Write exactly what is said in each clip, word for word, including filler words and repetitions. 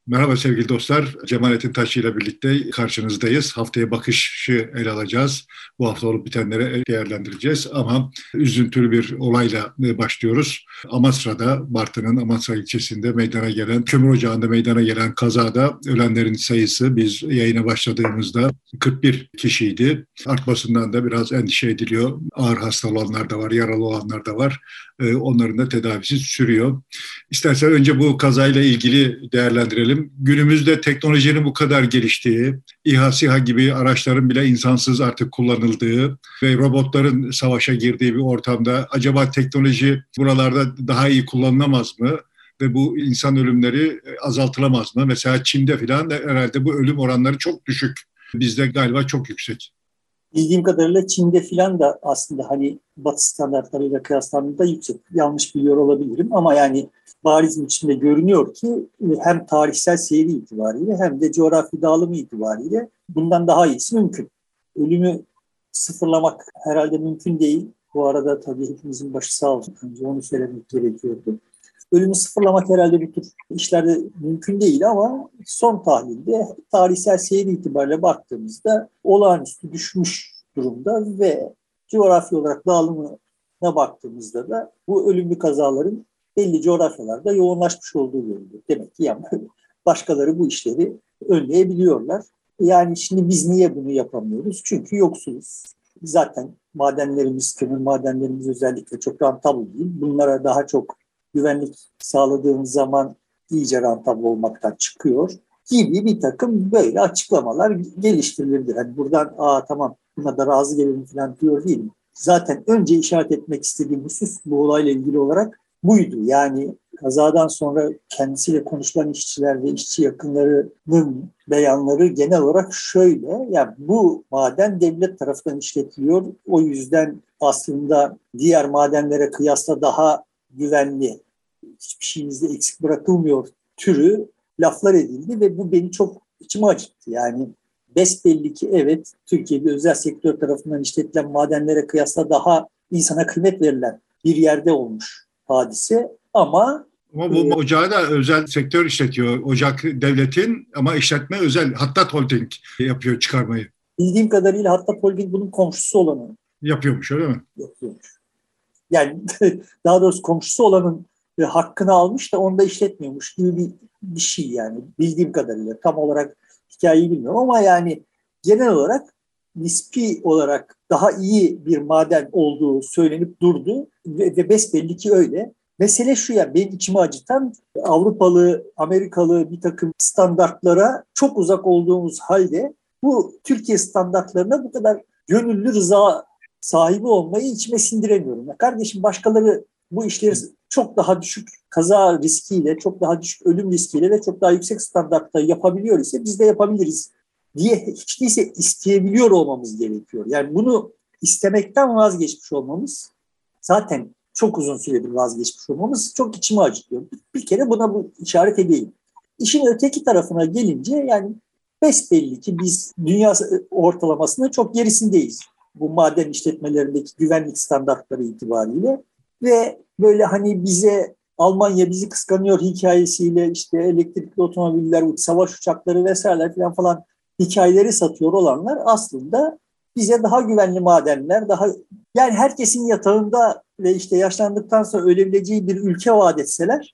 Merhaba sevgili dostlar. Cemalettin Taşçı ile birlikte karşınızdayız. Haftaya bakışı ele alacağız. Bu hafta olup bitenleri değerlendireceğiz. Ama üzüntülü bir olayla başlıyoruz. Amasra'da, Bartın'ın Amasra ilçesinde meydana gelen, kömür ocağında meydana gelen kazada ölenlerin sayısı biz yayına başladığımızda kırk bir kişiydi. Artmasından da biraz endişe ediliyor. Ağır hasta olanlar da var, yaralı olanlar da var. Onların da tedavisi sürüyor. İstersen önce bu kazayla ilgili değerlendirelim. Günümüzde teknolojinin bu kadar geliştiği, İHA, SİHA gibi araçların bile insansız artık kullanıldığı ve robotların savaşa girdiği bir ortamda acaba teknoloji buralarda daha iyi kullanılamaz mı? Ve bu insan ölümleri azaltılamaz mı? Mesela Çin'de falan herhalde bu ölüm oranları çok düşük. Bizde galiba çok yüksek. Bildiğim kadarıyla Çin'de filan da aslında hani Batı standartlarıyla kıyaslandığında yüksek. Yanlış biliyor olabilirim ama yani bariz biçimde görünüyor ki hem tarihsel seyri itibariyle hem de coğrafi dağılımı itibariyle bundan daha iyisi mümkün. Ölümü sıfırlamak herhalde mümkün değil. Bu arada tabii hepimizin başı sağ olsun. Önce onu söylemek gerekiyordu. Ölümü sıfırlamak herhalde bir tür işlerde mümkün değil ama son tahlilde tarihsel seyir itibariyle baktığımızda olağanüstü düşmüş durumda ve coğrafi olarak dağılımına baktığımızda da bu ölümlü kazaların belli coğrafyalarda yoğunlaşmış olduğu görülüyor. Demek ki yani başkaları bu işleri önleyebiliyorlar. Yani şimdi biz niye bunu yapamıyoruz? Çünkü yoksuluz. Zaten madenlerimiz, kömür madenlerimiz özellikle çok rentable değil. Bunlara daha çok güvenlik sağladığımız zaman iyice rentable olmaktan çıkıyor gibi bir takım böyle açıklamalar geliştirilebilir. Hani buradan aa tamam buna da razı gelelim falan diyor değilim. Zaten önce işaret etmek istediğim husus bu olayla ilgili olarak buydu. Yani kazadan sonra kendisiyle konuşulan işçiler ve işçi yakınlarının beyanları genel olarak şöyle. Yani bu maden devlet tarafından işletiliyor. O yüzden aslında diğer madenlere kıyasla daha güvenli, hiçbir şeyimizde eksik bırakılmıyor türü laflar edildi ve bu beni çok içime acıttı. Yani besbelli ki evet Türkiye'de özel sektör tarafından işletilen madenlere kıyasla daha insana kıymet verilen bir yerde olmuş hadise ama Ama bu ocağı da özel sektör işletiyor. Ocak devletin ama işletme özel. Hattat Holding yapıyor çıkarmayı. Bildiğim kadarıyla Hattat Holding bunun komşusu olanı yapıyormuş öyle mi? yapıyormuş. Yani daha doğrusu komşusu olanın hakkını almış da onu da işletmiyormuş gibi bir, bir şey yani bildiğim kadarıyla. Tam olarak hikayeyi bilmiyorum ama yani genel olarak nispi olarak daha iyi bir maden olduğu söylenip durdu ve, ve besbelli ki öyle. Mesele şu ya benim içimi acıtan Avrupalı, Amerikalı bir takım standartlara çok uzak olduğumuz halde bu Türkiye standartlarına bu kadar gönüllü rıza sahibi olmayı içime sindiremiyorum. Ya kardeşim başkaları bu işleri çok daha düşük kaza riskiyle, çok daha düşük ölüm riskiyle ve çok daha yüksek standartta yapabiliyor ise biz de yapabiliriz diye hiç değilse isteyebiliyor olmamız gerekiyor. Yani bunu istemekten vazgeçmiş olmamız zaten çok uzun süredir vazgeçmiş olmamız çok içimi acıtıyor. Bir kere buna bu işaret edeyim. İşin öteki tarafına gelince yani besbelli ki biz dünya ortalamasının çok gerisindeyiz. Bu maden işletmelerindeki güvenlik standartları itibariyle ve böyle hani bize Almanya bizi kıskanıyor hikayesiyle işte elektrikli otomobiller, savaş uçakları vesaireler falan falan hikayeleri satıyor olanlar aslında bize daha güvenli madenler, daha yani herkesin yatağında ve işte yaşlandıktan sonra ölebileceği bir ülke vaat etseler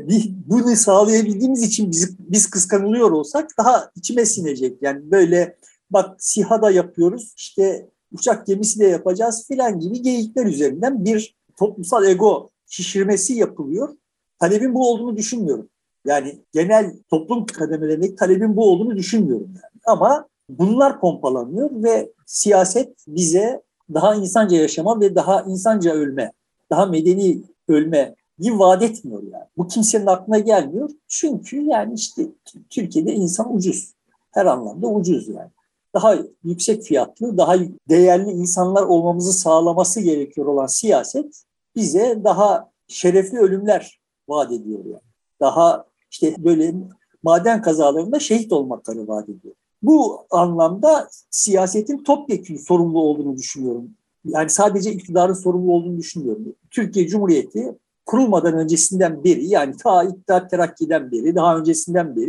bunu sağlayabildiğimiz için biz, biz kıskanılıyor olsak daha içime sinecek. Yani böyle bak SİHA'da yapıyoruz işte uçak gemisi de yapacağız filan gibi geyikler üzerinden bir toplumsal ego şişirmesi yapılıyor. Talebin bu olduğunu düşünmüyorum. Yani genel toplum kademelerindeki talebin bu olduğunu düşünmüyorum. Yani. Ama bunlar pompalanıyor ve siyaset bize daha insanca yaşama ve daha insanca ölme, daha medeni ölme gibi vaat etmiyor yani. Bu kimsenin aklına gelmiyor. Çünkü yani işte Türkiye'de insan ucuz. Her anlamda ucuz yani. Daha yüksek fiyatlı, daha değerli insanlar olmamızı sağlaması gerekiyor olan siyaset bize daha şerefli ölümler vaat ediyor yani. Daha işte böyle maden kazalarında şehit olmakları vaat ediyor. Bu anlamda siyasetin topyekün sorumlu olduğunu düşünüyorum. Yani sadece iktidarın sorumlu olduğunu düşünmüyorum. Türkiye Cumhuriyeti kurulmadan öncesinden beri yani ta İttihat Terakki'den beri, daha öncesinden beri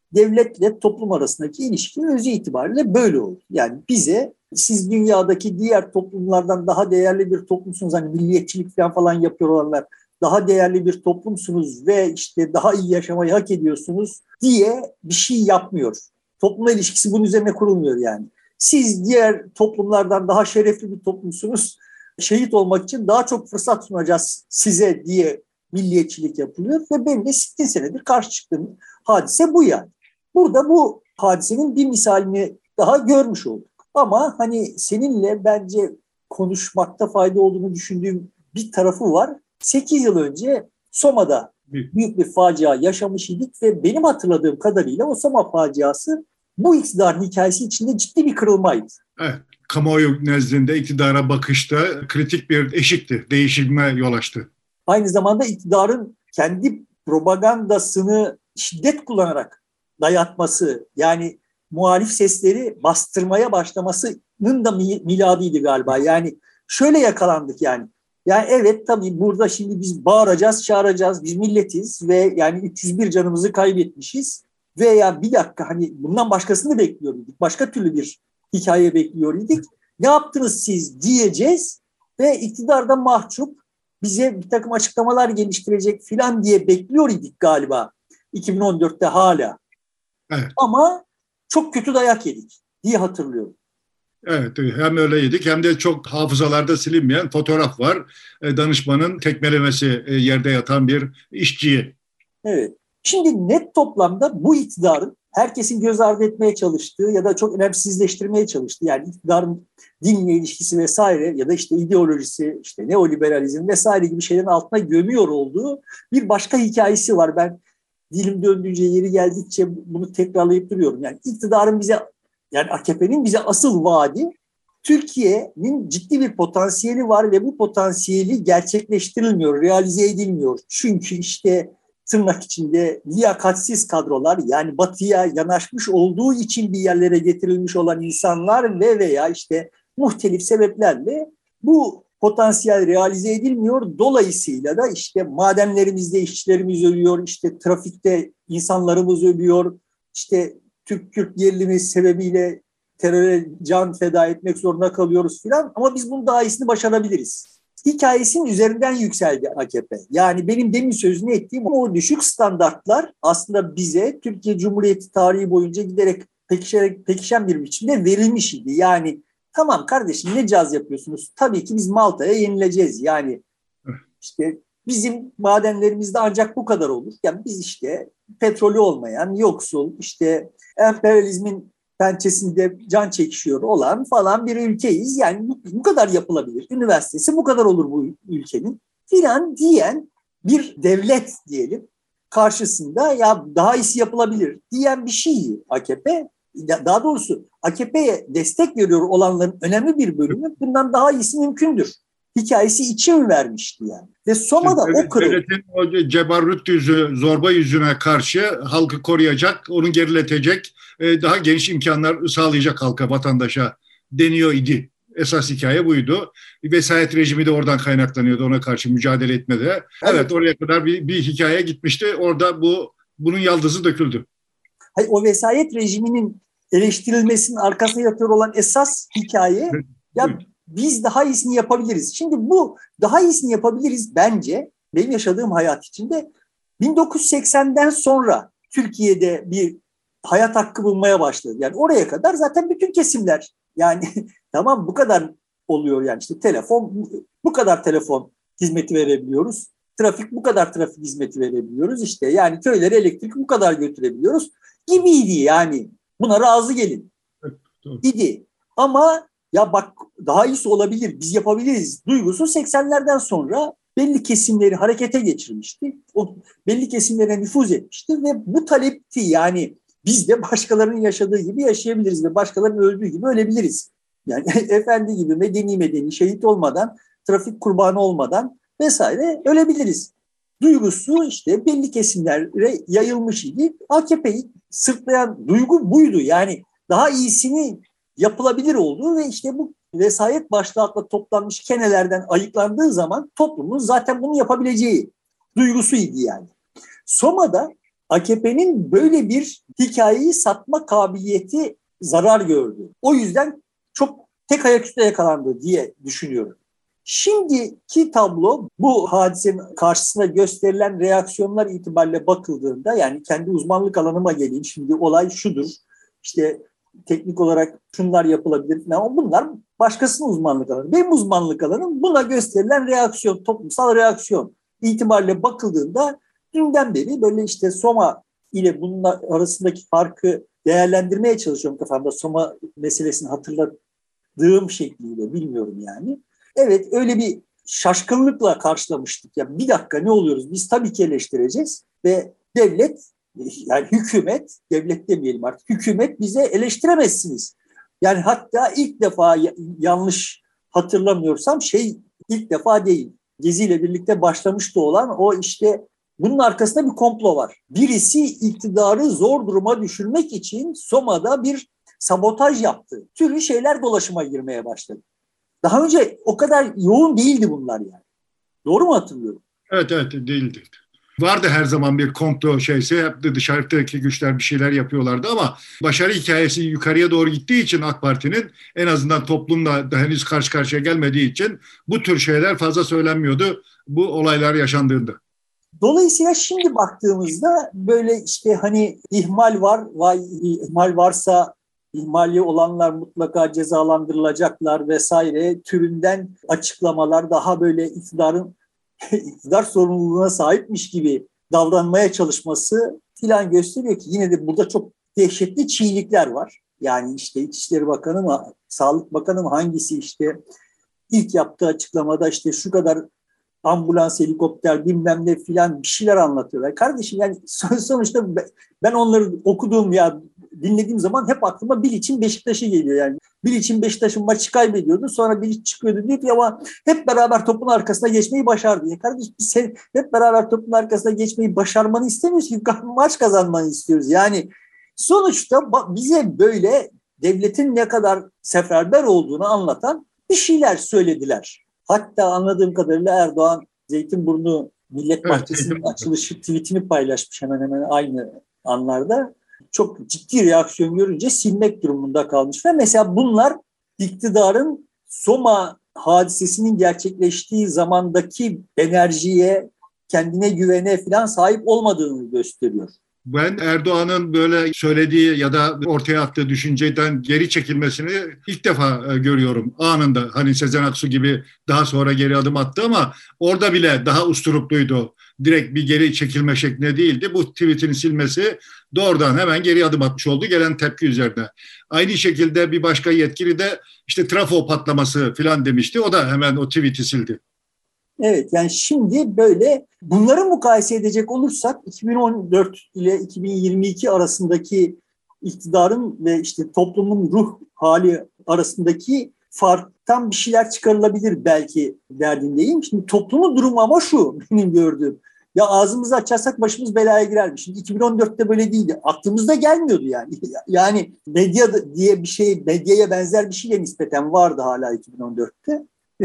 devletle toplum arasındaki ilişki özü itibariyle böyle oldu. Yani bize siz dünyadaki diğer toplumlardan daha değerli bir toplumsunuz. Hani milliyetçilik falan falan yapıyor olanlar daha değerli bir toplumsunuz ve işte daha iyi yaşamayı hak ediyorsunuz diye bir şey yapmıyor. Toplumla ilişkisi bunun üzerine kurulmuyor yani. Siz diğer toplumlardan daha şerefli bir toplumsunuz. Şehit olmak için daha çok fırsat sunacağız size diye milliyetçilik yapılıyor ve benim de sittin senedir karşı çıktığım hadise bu yani. Burada bu hadisenin bir misalini daha görmüş olduk. Ama hani seninle bence konuşmakta fayda olduğunu düşündüğüm bir tarafı var. sekiz yıl önce Soma'da büyük bir facia yaşamış idik ve benim hatırladığım kadarıyla o Soma faciası bu iktidarın hikayesi içinde ciddi bir kırılmaydı. Evet, kamuoyu nezdinde iktidara bakışta kritik bir eşikti, değişime yol açtı. Aynı zamanda iktidarın kendi propagandasını şiddet kullanarak dayatması, yani muhalif sesleri bastırmaya başlamasının da miladıydı galiba. Yani şöyle yakalandık yani. Yani evet tabii burada şimdi biz bağıracağız, çağıracağız, biz milletiz ve yani üç yüz bir canımızı kaybetmişiz. Ve ya bir dakika hani bundan başkasını bekliyorduk. Başka türlü bir hikaye bekliyorduk. Ne yaptınız siz diyeceğiz ve iktidardan mahcup bize bir takım açıklamalar geliştirecek filan diye bekliyor idik galiba iki bin on dörtte hala. Evet. Ama çok kötü dayak yedik diye hatırlıyorum. Evet, hem öyleydik hem de çok hafızalarda silinmeyen fotoğraf var. Danışmanın tekmelemesi yerde yatan bir işçiyi. Evet. Şimdi net toplamda bu iktidarın herkesin göz ardı etmeye çalıştığı ya da çok önemsizleştirmeye çalıştığı, yani iktidarın dinle ilişkisi vesaire ya da işte ideolojisi, işte neoliberalizm vesaire gibi şeylerin altına gömüyor olduğu bir başka hikayesi var. Ben dilim döndüğünce, yeri geldikçe bunu tekrarlayıp duruyorum. Yani iktidarın bize, yani A K P'nin bize asıl vaadi, Türkiye'nin ciddi bir potansiyeli var ve bu potansiyeli gerçekleştirilmiyor, realize edilmiyor. Çünkü işte tırnak içinde liyakatsiz kadrolar, yani batıya yanaşmış olduğu için bir yerlere getirilmiş olan insanlar ve veya işte muhtelif sebeplerle bu potansiyel realize edilmiyor. Dolayısıyla da işte madenlerimizde işçilerimiz ölüyor, işte trafikte insanlarımız ölüyor, işte Türk-Kürt gerilimi sebebiyle teröre can feda etmek zorunda kalıyoruz filan, ama biz bunun daha iyisini başarabiliriz hikayesinin üzerinden yükseldi A K P. Yani benim demin sözünü ettiğim o düşük standartlar aslında bize Türkiye Cumhuriyeti tarihi boyunca giderek pekişerek, pekişen bir biçimde verilmiş idi. Yani tamam kardeşim, ne caz yapıyorsunuz? Tabii ki biz Malta'ya yenileceğiz. Yani işte bizim madenlerimizde ancak bu kadar olur. Yani biz işte petrolü olmayan, yoksul, işte emperyalizmin pençesinde can çekişiyor olan falan bir ülkeyiz. Yani bu, bu kadar yapılabilir. Üniversitesi bu kadar olur bu ülkenin filan diyen bir devlet diyelim karşısında ya daha iyisi yapılabilir diyen bir şey A K P. Daha doğrusu A K P'ye destek veriyor olanların önemli bir bölümü bundan daha iyisi mümkündür hikayesi için vermişti yani. Ve Soma'da Devlet, o kırıldı. Devletin o cebarrut yüzü, zorba yüzüne karşı halkı koruyacak, onu geriletecek, daha geniş imkanlar sağlayacak halka, vatandaşa deniyor idi. Esas hikaye buydu. Vesayet rejimi de oradan kaynaklanıyordu, ona karşı mücadele etmede. Evet, evet oraya kadar bir, bir hikaye gitmişti. Orada bu bunun yaldızı döküldü. Hayır, o vesayet rejiminin eleştirilmesinin arkasında yatıyor olan esas hikaye ya biz daha iyisini yapabiliriz. Şimdi bu daha iyisini yapabiliriz bence benim yaşadığım hayat içinde bin dokuz yüz seksenden sonra Türkiye'de bir hayat hakkı bulmaya başladı. Yani oraya kadar zaten bütün kesimler yani tamam bu kadar oluyor yani işte telefon bu kadar telefon hizmeti verebiliyoruz. Trafik bu kadar trafik hizmeti verebiliyoruz. İşte yani köylere elektrik bu kadar götürebiliyoruz gibiydi yani. Buna razı gelin. İdi. Ama ya bak daha iyisi olabilir, biz yapabiliriz duygusu seksenlerden sonra belli kesimleri harekete geçirmişti. O belli kesimlere nüfuz etmişti ve bu talepti yani biz de başkalarının yaşadığı gibi yaşayabiliriz ve başkalarının öldüğü gibi ölebiliriz. Yani efendi gibi medeni medeni şehit olmadan, trafik kurbanı olmadan vesaire ölebiliriz. Duygusu işte belli kesimlere yayılmış idi. A K P'yi sırtlayan duygu buydu. Yani daha iyisini yapılabilir olduğu ve işte bu vesayet başlığı altında toplanmış kenelerden ayıklandığı zaman toplumun zaten bunu yapabileceği duygusuydu yani. Soma'da A K P'nin böyle bir hikayeyi satma kabiliyeti zarar gördü. O yüzden çok tek ayak üstüne yakalandı diye düşünüyorum. Şimdiki tablo bu hadisenin karşısına gösterilen reaksiyonlar itibariyle bakıldığında, yani kendi uzmanlık alanıma geleyim. Şimdi olay şudur, işte teknik olarak şunlar yapılabilir falan. Bunlar başkasının uzmanlık alanı. Benim uzmanlık alanım buna gösterilen reaksiyon, toplumsal reaksiyon itibariyle bakıldığında dünden beri böyle işte Soma ile bunun arasındaki farkı değerlendirmeye çalışıyorum kafamda. Soma meselesini hatırladığım şekliyle, bilmiyorum yani. Evet, öyle bir şaşkınlıkla karşılamıştık. Ya bir dakika, ne oluyoruz? Biz tabii ki eleştireceğiz ve devlet, yani hükümet, devlet demeyelim artık, hükümet bize eleştiremezsiniz. Yani hatta ilk defa, yanlış hatırlamıyorsam, şey ilk defa değil, Gezi ile birlikte başlamıştı olan o işte, bunun arkasında bir komplo var. Birisi iktidarı zor duruma düşürmek için Soma'da bir sabotaj yaptı. Türlü şeyler dolaşıma girmeye başladı. Daha önce o kadar yoğun değildi bunlar yani. Doğru mu hatırlıyorum? Evet evet, değildi. Vardı her zaman bir komplo şeyse, hep dışarıdaki güçler bir şeyler yapıyorlardı ama başarı hikayesi yukarıya doğru gittiği için AK Parti'nin, en azından toplumla da henüz karşı karşıya gelmediği için bu tür şeyler fazla söylenmiyordu bu olaylar yaşandığında. Dolayısıyla şimdi baktığımızda böyle işte hani ihmal var, vay ihmal varsa ihmali olanlar mutlaka cezalandırılacaklar vesaire türünden açıklamalar, daha böyle iktidarın iktidar sorumluluğuna sahipmiş gibi davranmaya çalışması filan gösteriyor ki yine de burada çok dehşetli çiğlikler var. Yani işte İçişleri Bakanı mı, Sağlık Bakanı mı, hangisi işte ilk yaptığı açıklamada işte şu kadar ambulans, helikopter bilmem ne filan bir şeyler anlatıyorlar. Kardeşim yani sonuçta ben onları okuduğum ya dinlediğim zaman hep aklıma Bilic'in Beşiktaş'ı geliyor yani. Bilic'in Beşiktaş'ın maçı kaybediyordu. Sonra Bilic çıkıyordu diyor ki ama hep beraber topun arkasına geçmeyi başardı. Ya kardeşim sen hep beraber topun arkasına geçmeyi başarmanı istemiyoruz ki, maç kazanmanı istiyoruz. Yani sonuçta bize böyle devletin ne kadar seferber olduğunu anlatan bir şeyler söylediler. Hatta anladığım kadarıyla Erdoğan Zeytinburnu Millet Bahçesi'nin evet, açılışı tweetini paylaşmış hemen hemen aynı anlarda. Çok ciddi reaksiyon görünce silmek durumunda kalmış ve mesela bunlar iktidarın Soma hadisesinin gerçekleştiği zamandaki enerjiye, kendine güvene falan sahip olmadığını gösteriyor. Ben Erdoğan'ın böyle söylediği ya da ortaya attığı düşünceden geri çekilmesini ilk defa görüyorum anında. Hani Sezen Aksu gibi daha sonra geri adım attı ama orada bile daha usturupluydu. Direkt bir geri çekilme şeklinde değildi. Bu tweetini silmesi doğrudan hemen geri adım atmış oldu gelen tepki üzerine. Aynı şekilde bir başka yetkili de işte trafo patlaması falan demişti. O da hemen o tweeti sildi. Evet, yani şimdi böyle bunları mukayese edecek olursak iki bin on dört ile iki bin yirmi iki arasındaki iktidarın ve işte toplumun ruh hali arasındaki farktan bir şeyler çıkarılabilir belki derdindeyim. Şimdi toplumun durumu ama şu benim gördüğüm. Ya ağzımızı açarsak başımız belaya girermiş. Şimdi iki bin on dörtte böyle değildi. Aklımızda gelmiyordu yani. Yani medya diye bir şey, medyaya benzer bir şeyle nispeten vardı hala iki bin on dörtte.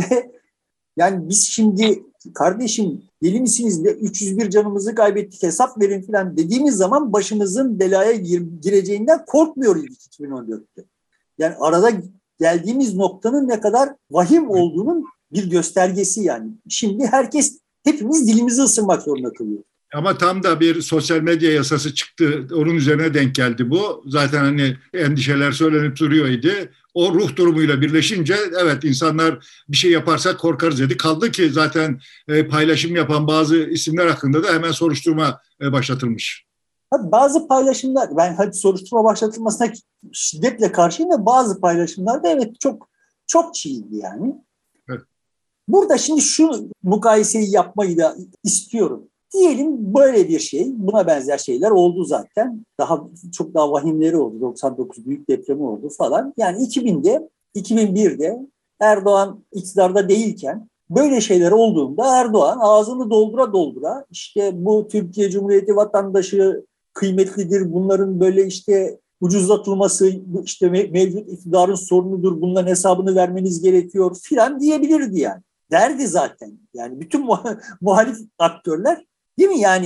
Yani biz şimdi kardeşim deli misiniz, üç yüz bir canımızı kaybettik hesap verin falan dediğimiz zaman başımızın belaya gir- gireceğinden korkmuyoruz iki bin on dörtte. Yani arada geldiğimiz noktanın ne kadar vahim olduğunun bir göstergesi yani. Şimdi herkes, hepimiz dilimizi ısırmak zorunda kalıyor. Ama tam da bir sosyal medya yasası çıktı. Onun üzerine denk geldi bu. Zaten hani endişeler söylenip duruyordu. O ruh durumuyla birleşince evet insanlar bir şey yaparsak korkarız dedi. Kaldı ki zaten e, paylaşım yapan bazı isimler hakkında da hemen soruşturma e, başlatılmış. Bazı paylaşımlar, ben hadi soruşturma başlatılmasına şiddetle karşıyım da bazı paylaşımlarda evet çok çok çiğdi yani. Evet. Burada şimdi şu mukayeseyi yapmayı da istiyorum. Diyelim böyle bir şey, buna benzer şeyler oldu zaten. Daha çok daha vahimleri oldu. doksan dokuz büyük depremi oldu falan. Yani iki binde, iki bin birde Erdoğan iktidarda değilken böyle şeyler olduğunda Erdoğan ağzını doldura doldura işte bu Türkiye Cumhuriyeti vatandaşı kıymetlidir, bunların böyle işte ucuzlatılması işte mevcut iktidarın sorunudur, bunların hesabını vermeniz gerekiyor filan diyebilirdi yani. Derdi zaten. Yani bütün muhalif aktörler, değil mi yani?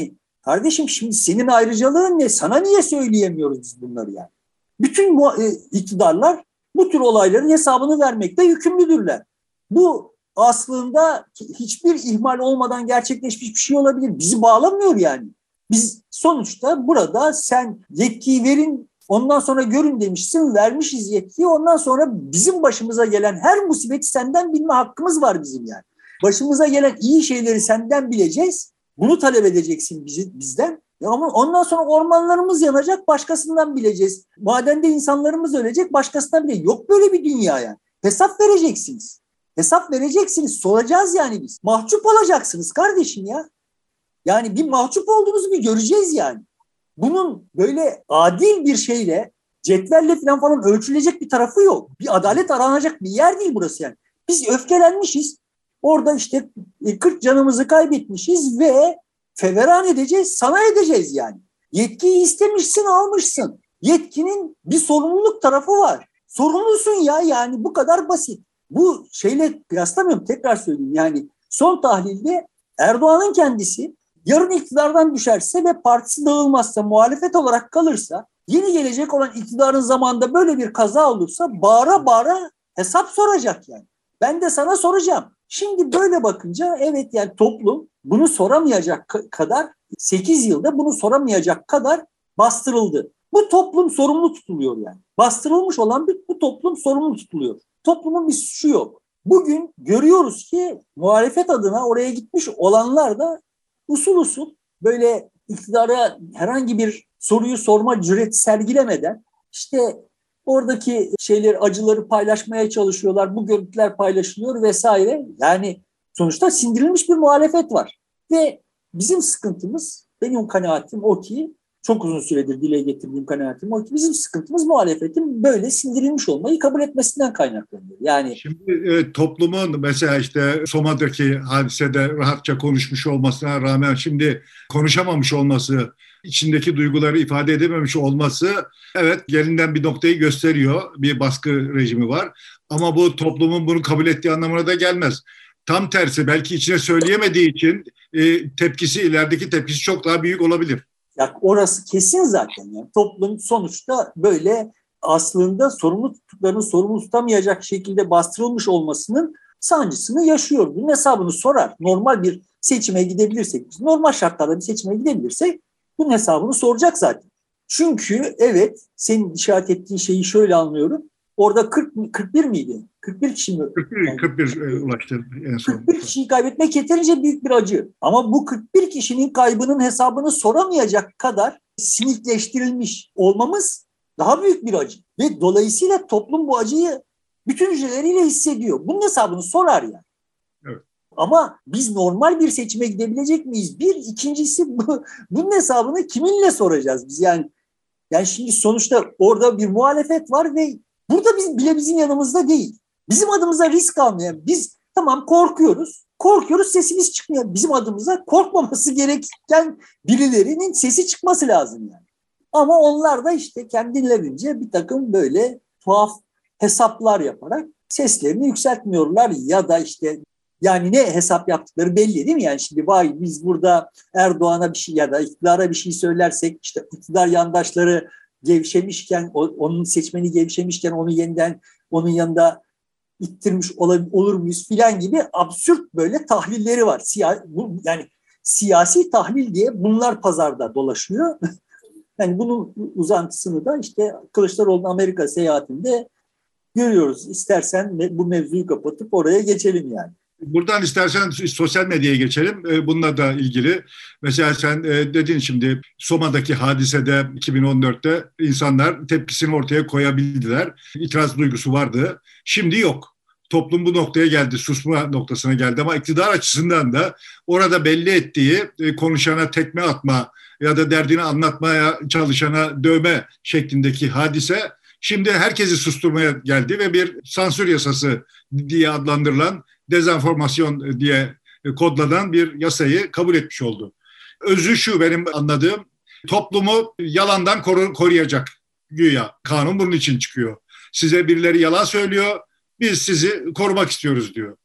Kardeşim şimdi senin ayrıcalığın ne? Sana niye söyleyemiyoruz biz bunları yani? Bütün bu e, iktidarlar bu tür olayların hesabını vermekte yükümlüdürler. Bu aslında hiçbir ihmal olmadan gerçekleşmiş bir şey olabilir. Bizi bağlamıyor yani. Biz sonuçta burada sen yetkiyi verin, ondan sonra görün demişsin, vermişiz yetkiyi. Ondan sonra bizim başımıza gelen her musibeti senden bilme hakkımız var bizim yani. Başımıza gelen iyi şeyleri senden bileceğiz. Bunu talep edeceksin bizi, bizden. Ama ondan sonra ormanlarımız yanacak, başkasından bileceğiz. Madende insanlarımız ölecek, başkasından bile. Yok böyle bir dünya yani. Hesap vereceksiniz. Hesap vereceksiniz. Soracağız yani biz. Mahcup olacaksınız kardeşim ya. Yani bir mahcup olduğunuzu bir göreceğiz yani. Bunun böyle adil bir şeyle, cetvelle falan falan ölçülecek bir tarafı yok. Bir adalet aranacak bir yer değil burası yani. Biz öfkelenmişiz. Orada işte kırk canımızı kaybetmişiz ve feveran edeceğiz, sana edeceğiz yani. Yetkiyi istemişsin, almışsın. Yetkinin bir sorumluluk tarafı var. Sorumlusun ya yani bu kadar basit. Bu şeyle kıyaslamıyorum, tekrar söyleyeyim. Yani son tahlilde Erdoğan'ın kendisi yarın iktidardan düşerse ve partisi dağılmazsa, muhalefet olarak kalırsa, yeni gelecek olan iktidarın zamanında böyle bir kaza olursa bağıra bağıra hesap soracak yani. Ben de sana soracağım. Şimdi böyle bakınca evet yani toplum bunu soramayacak kadar, sekiz yılda bunu soramayacak kadar bastırıldı. Bu toplum sorumlu tutuluyor yani. Bastırılmış olan bir, bu toplum sorumlu tutuluyor. Toplumun bir suçu yok. Bugün görüyoruz ki muhalefet adına oraya gitmiş olanlar da usul usul böyle iktidara herhangi bir soruyu sorma cüreti sergilemeden işte oradaki şeyleri, acıları paylaşmaya çalışıyorlar. Bu görüntüler paylaşılıyor vesaire. Yani sonuçta sindirilmiş bir muhalefet var. Ve bizim sıkıntımız, benim kanaatim o ki, çok uzun süredir dile getirdiğim kanaatim o ki, bizim sıkıntımız muhalefetin böyle sindirilmiş olmayı kabul etmesinden kaynaklanıyor. Yani şimdi e, toplumun mesela işte Soma'daki hadisede rahatça konuşmuş olmasına rağmen şimdi konuşamamış olması, içindeki duyguları ifade edememiş olması evet gelinden bir noktayı gösteriyor. Bir baskı rejimi var. Ama bu toplumun bunu kabul ettiği anlamına da gelmez. Tam tersi belki içine söyleyemediği için e, tepkisi, ilerideki tepkisi çok daha büyük olabilir. Ya orası kesin zaten. Yani toplum sonuçta böyle aslında sorumlu tuttuklarını sorumlu tutamayacak şekilde bastırılmış olmasının sancısını yaşıyor. Bunun hesabını sorar. Normal bir seçime gidebilirsek, normal şartlarda bir seçime gidebilirsek bunun hesabını soracak zaten. Çünkü evet, senin işaret ettiğin şeyi şöyle anlıyorum. Orada kırk, kırk bir miydi? kırk bir kişi mi? kırk bir, yani, kırk bir e, ulaştı en son. kırk bir kişiyi kaybetmek yeterince büyük bir acı. Ama bu kırk bir kişinin kaybının hesabını soramayacak kadar sinikleştirilmiş olmamız daha büyük bir acı. Ve dolayısıyla toplum bu acıyı bütün hücreleriyle hissediyor. Bunun hesabını sorar yani. Evet. Ama biz normal bir seçime gidebilecek miyiz? Bir, ikincisi bu, bunun hesabını kiminle soracağız biz? Yani yani şimdi sonuçta orada bir muhalefet var ve burada biz bile bizim yanımızda değil. Bizim adımıza risk almayan, biz tamam korkuyoruz. Korkuyoruz, sesimiz çıkmıyor. Bizim adımıza korkmaması gereken birilerinin sesi çıkması lazım yani. Ama onlar da işte kendilerince bir takım böyle tuhaf hesaplar yaparak seslerini yükseltmiyorlar ya da işte yani ne hesap yaptıkları belli değil mi? Yani şimdi vay biz burada Erdoğan'a bir şey ya da iktidara bir şey söylersek işte iktidar yandaşları gevşemişken, onun seçmeni gevşemişken onu yeniden onun yanında ittirmiş olur muyuz filan gibi absürt böyle tahlilleri var. Siya, bu, yani siyasi tahlil diye bunlar pazarda dolaşıyor. Yani bunun uzantısını da işte Kılıçdaroğlu'nun Amerika seyahatinde görüyoruz. İstersen bu mevzuyu kapatıp oraya geçelim yani. Buradan istersen sosyal medyaya geçelim. Bununla da ilgili. Mesela sen dedin şimdi Soma'daki hadisede iki bin on dörtte insanlar tepkisini ortaya koyabildiler. İtiraz duygusu vardı. Şimdi yok. Toplum bu noktaya geldi, susma noktasına geldi ama iktidar açısından da orada belli ettiği konuşana tekme atma ya da derdini anlatmaya çalışana dövme şeklindeki hadise şimdi herkesi susturmaya geldi ve bir sansür yasası diye adlandırılan dezenformasyon diye kodlanan bir yasayı kabul etmiş oldu. Özü şu benim anladığım, toplumu yalandan koru, koruyacak güya. Kanun bunun için çıkıyor. Size birileri yalan söylüyor, biz sizi korumak istiyoruz diyor.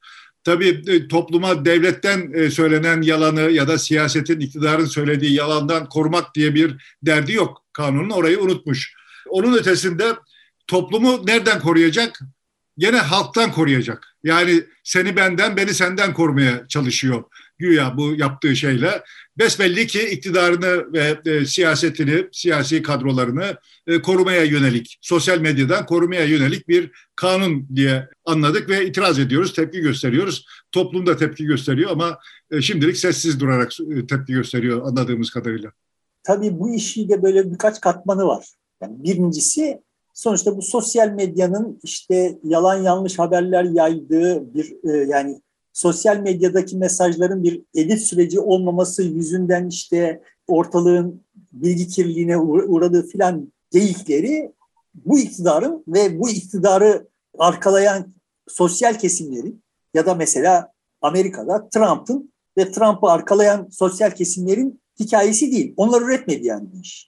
Tabii e, topluma devletten e, söylenen yalanı ya da siyasetin, iktidarın söylediği yalandan korumak diye bir derdi yok. Kanunun orayı unutmuş. Onun ötesinde toplumu nereden koruyacak? Gene halktan koruyacak. Yani seni benden, beni senden korumaya çalışıyor güya bu yaptığı şeyle. Besbelli ki iktidarını ve e, siyasetini, siyasi kadrolarını e, korumaya yönelik, sosyal medyadan korumaya yönelik bir kanun diye anladık ve itiraz ediyoruz, tepki gösteriyoruz. Toplum da tepki gösteriyor ama e, şimdilik sessiz durarak e, tepki gösteriyor anladığımız kadarıyla. Tabii bu işin de böyle birkaç katmanı var. Yani birincisi, sonuçta bu sosyal medyanın işte yalan yanlış haberler yaydığı bir e, yani sosyal medyadaki mesajların bir edit süreci olmaması yüzünden işte ortalığın bilgi kirliliğine uğradığı filan geyikleri bu iktidarın ve bu iktidarı arkalayan sosyal kesimlerin ya da mesela Amerika'da Trump'ın ve Trump'ı arkalayan sosyal kesimlerin hikayesi değil. Onlar üretmedi yani bu iş.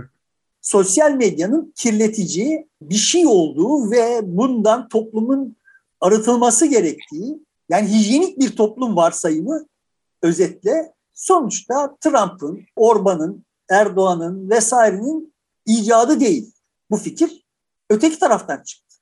Sosyal medyanın kirletici bir şey olduğu ve bundan toplumun arıtılması gerektiği, yani hijyenik bir toplum varsayımı özetle sonuçta Trump'ın, Orban'ın, Erdoğan'ın vesairenin icadı değil. Bu fikir öteki taraftan çıktı.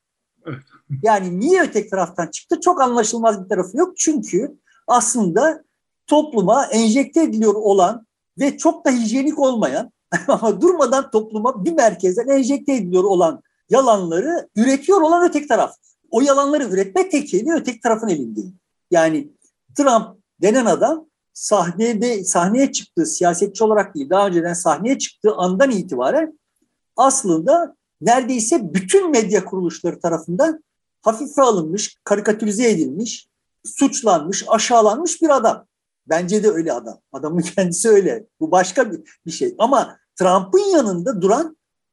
Yani niye öteki taraftan çıktı? Çok anlaşılmaz bir tarafı yok. Çünkü aslında topluma enjekte ediliyor olan ve çok da hijyenik olmayan ama durmadan topluma bir merkezden enjekte ediliyor olan yalanları üretiyor olan öteki taraf. O yalanları üretme tekeli öteki tarafın elinde. Yani Trump denen adam sahnede sahneye çıktığı siyasetçi olarak değil, daha önceden sahneye çıktığı andan itibaren aslında neredeyse bütün medya kuruluşları tarafından hafife alınmış, karikatürize edilmiş, suçlanmış, aşağılanmış bir adam. Bence de öyle adam. Adamın kendisi öyle. Bu başka bir, bir şey. Ama Trump'ın yanında duran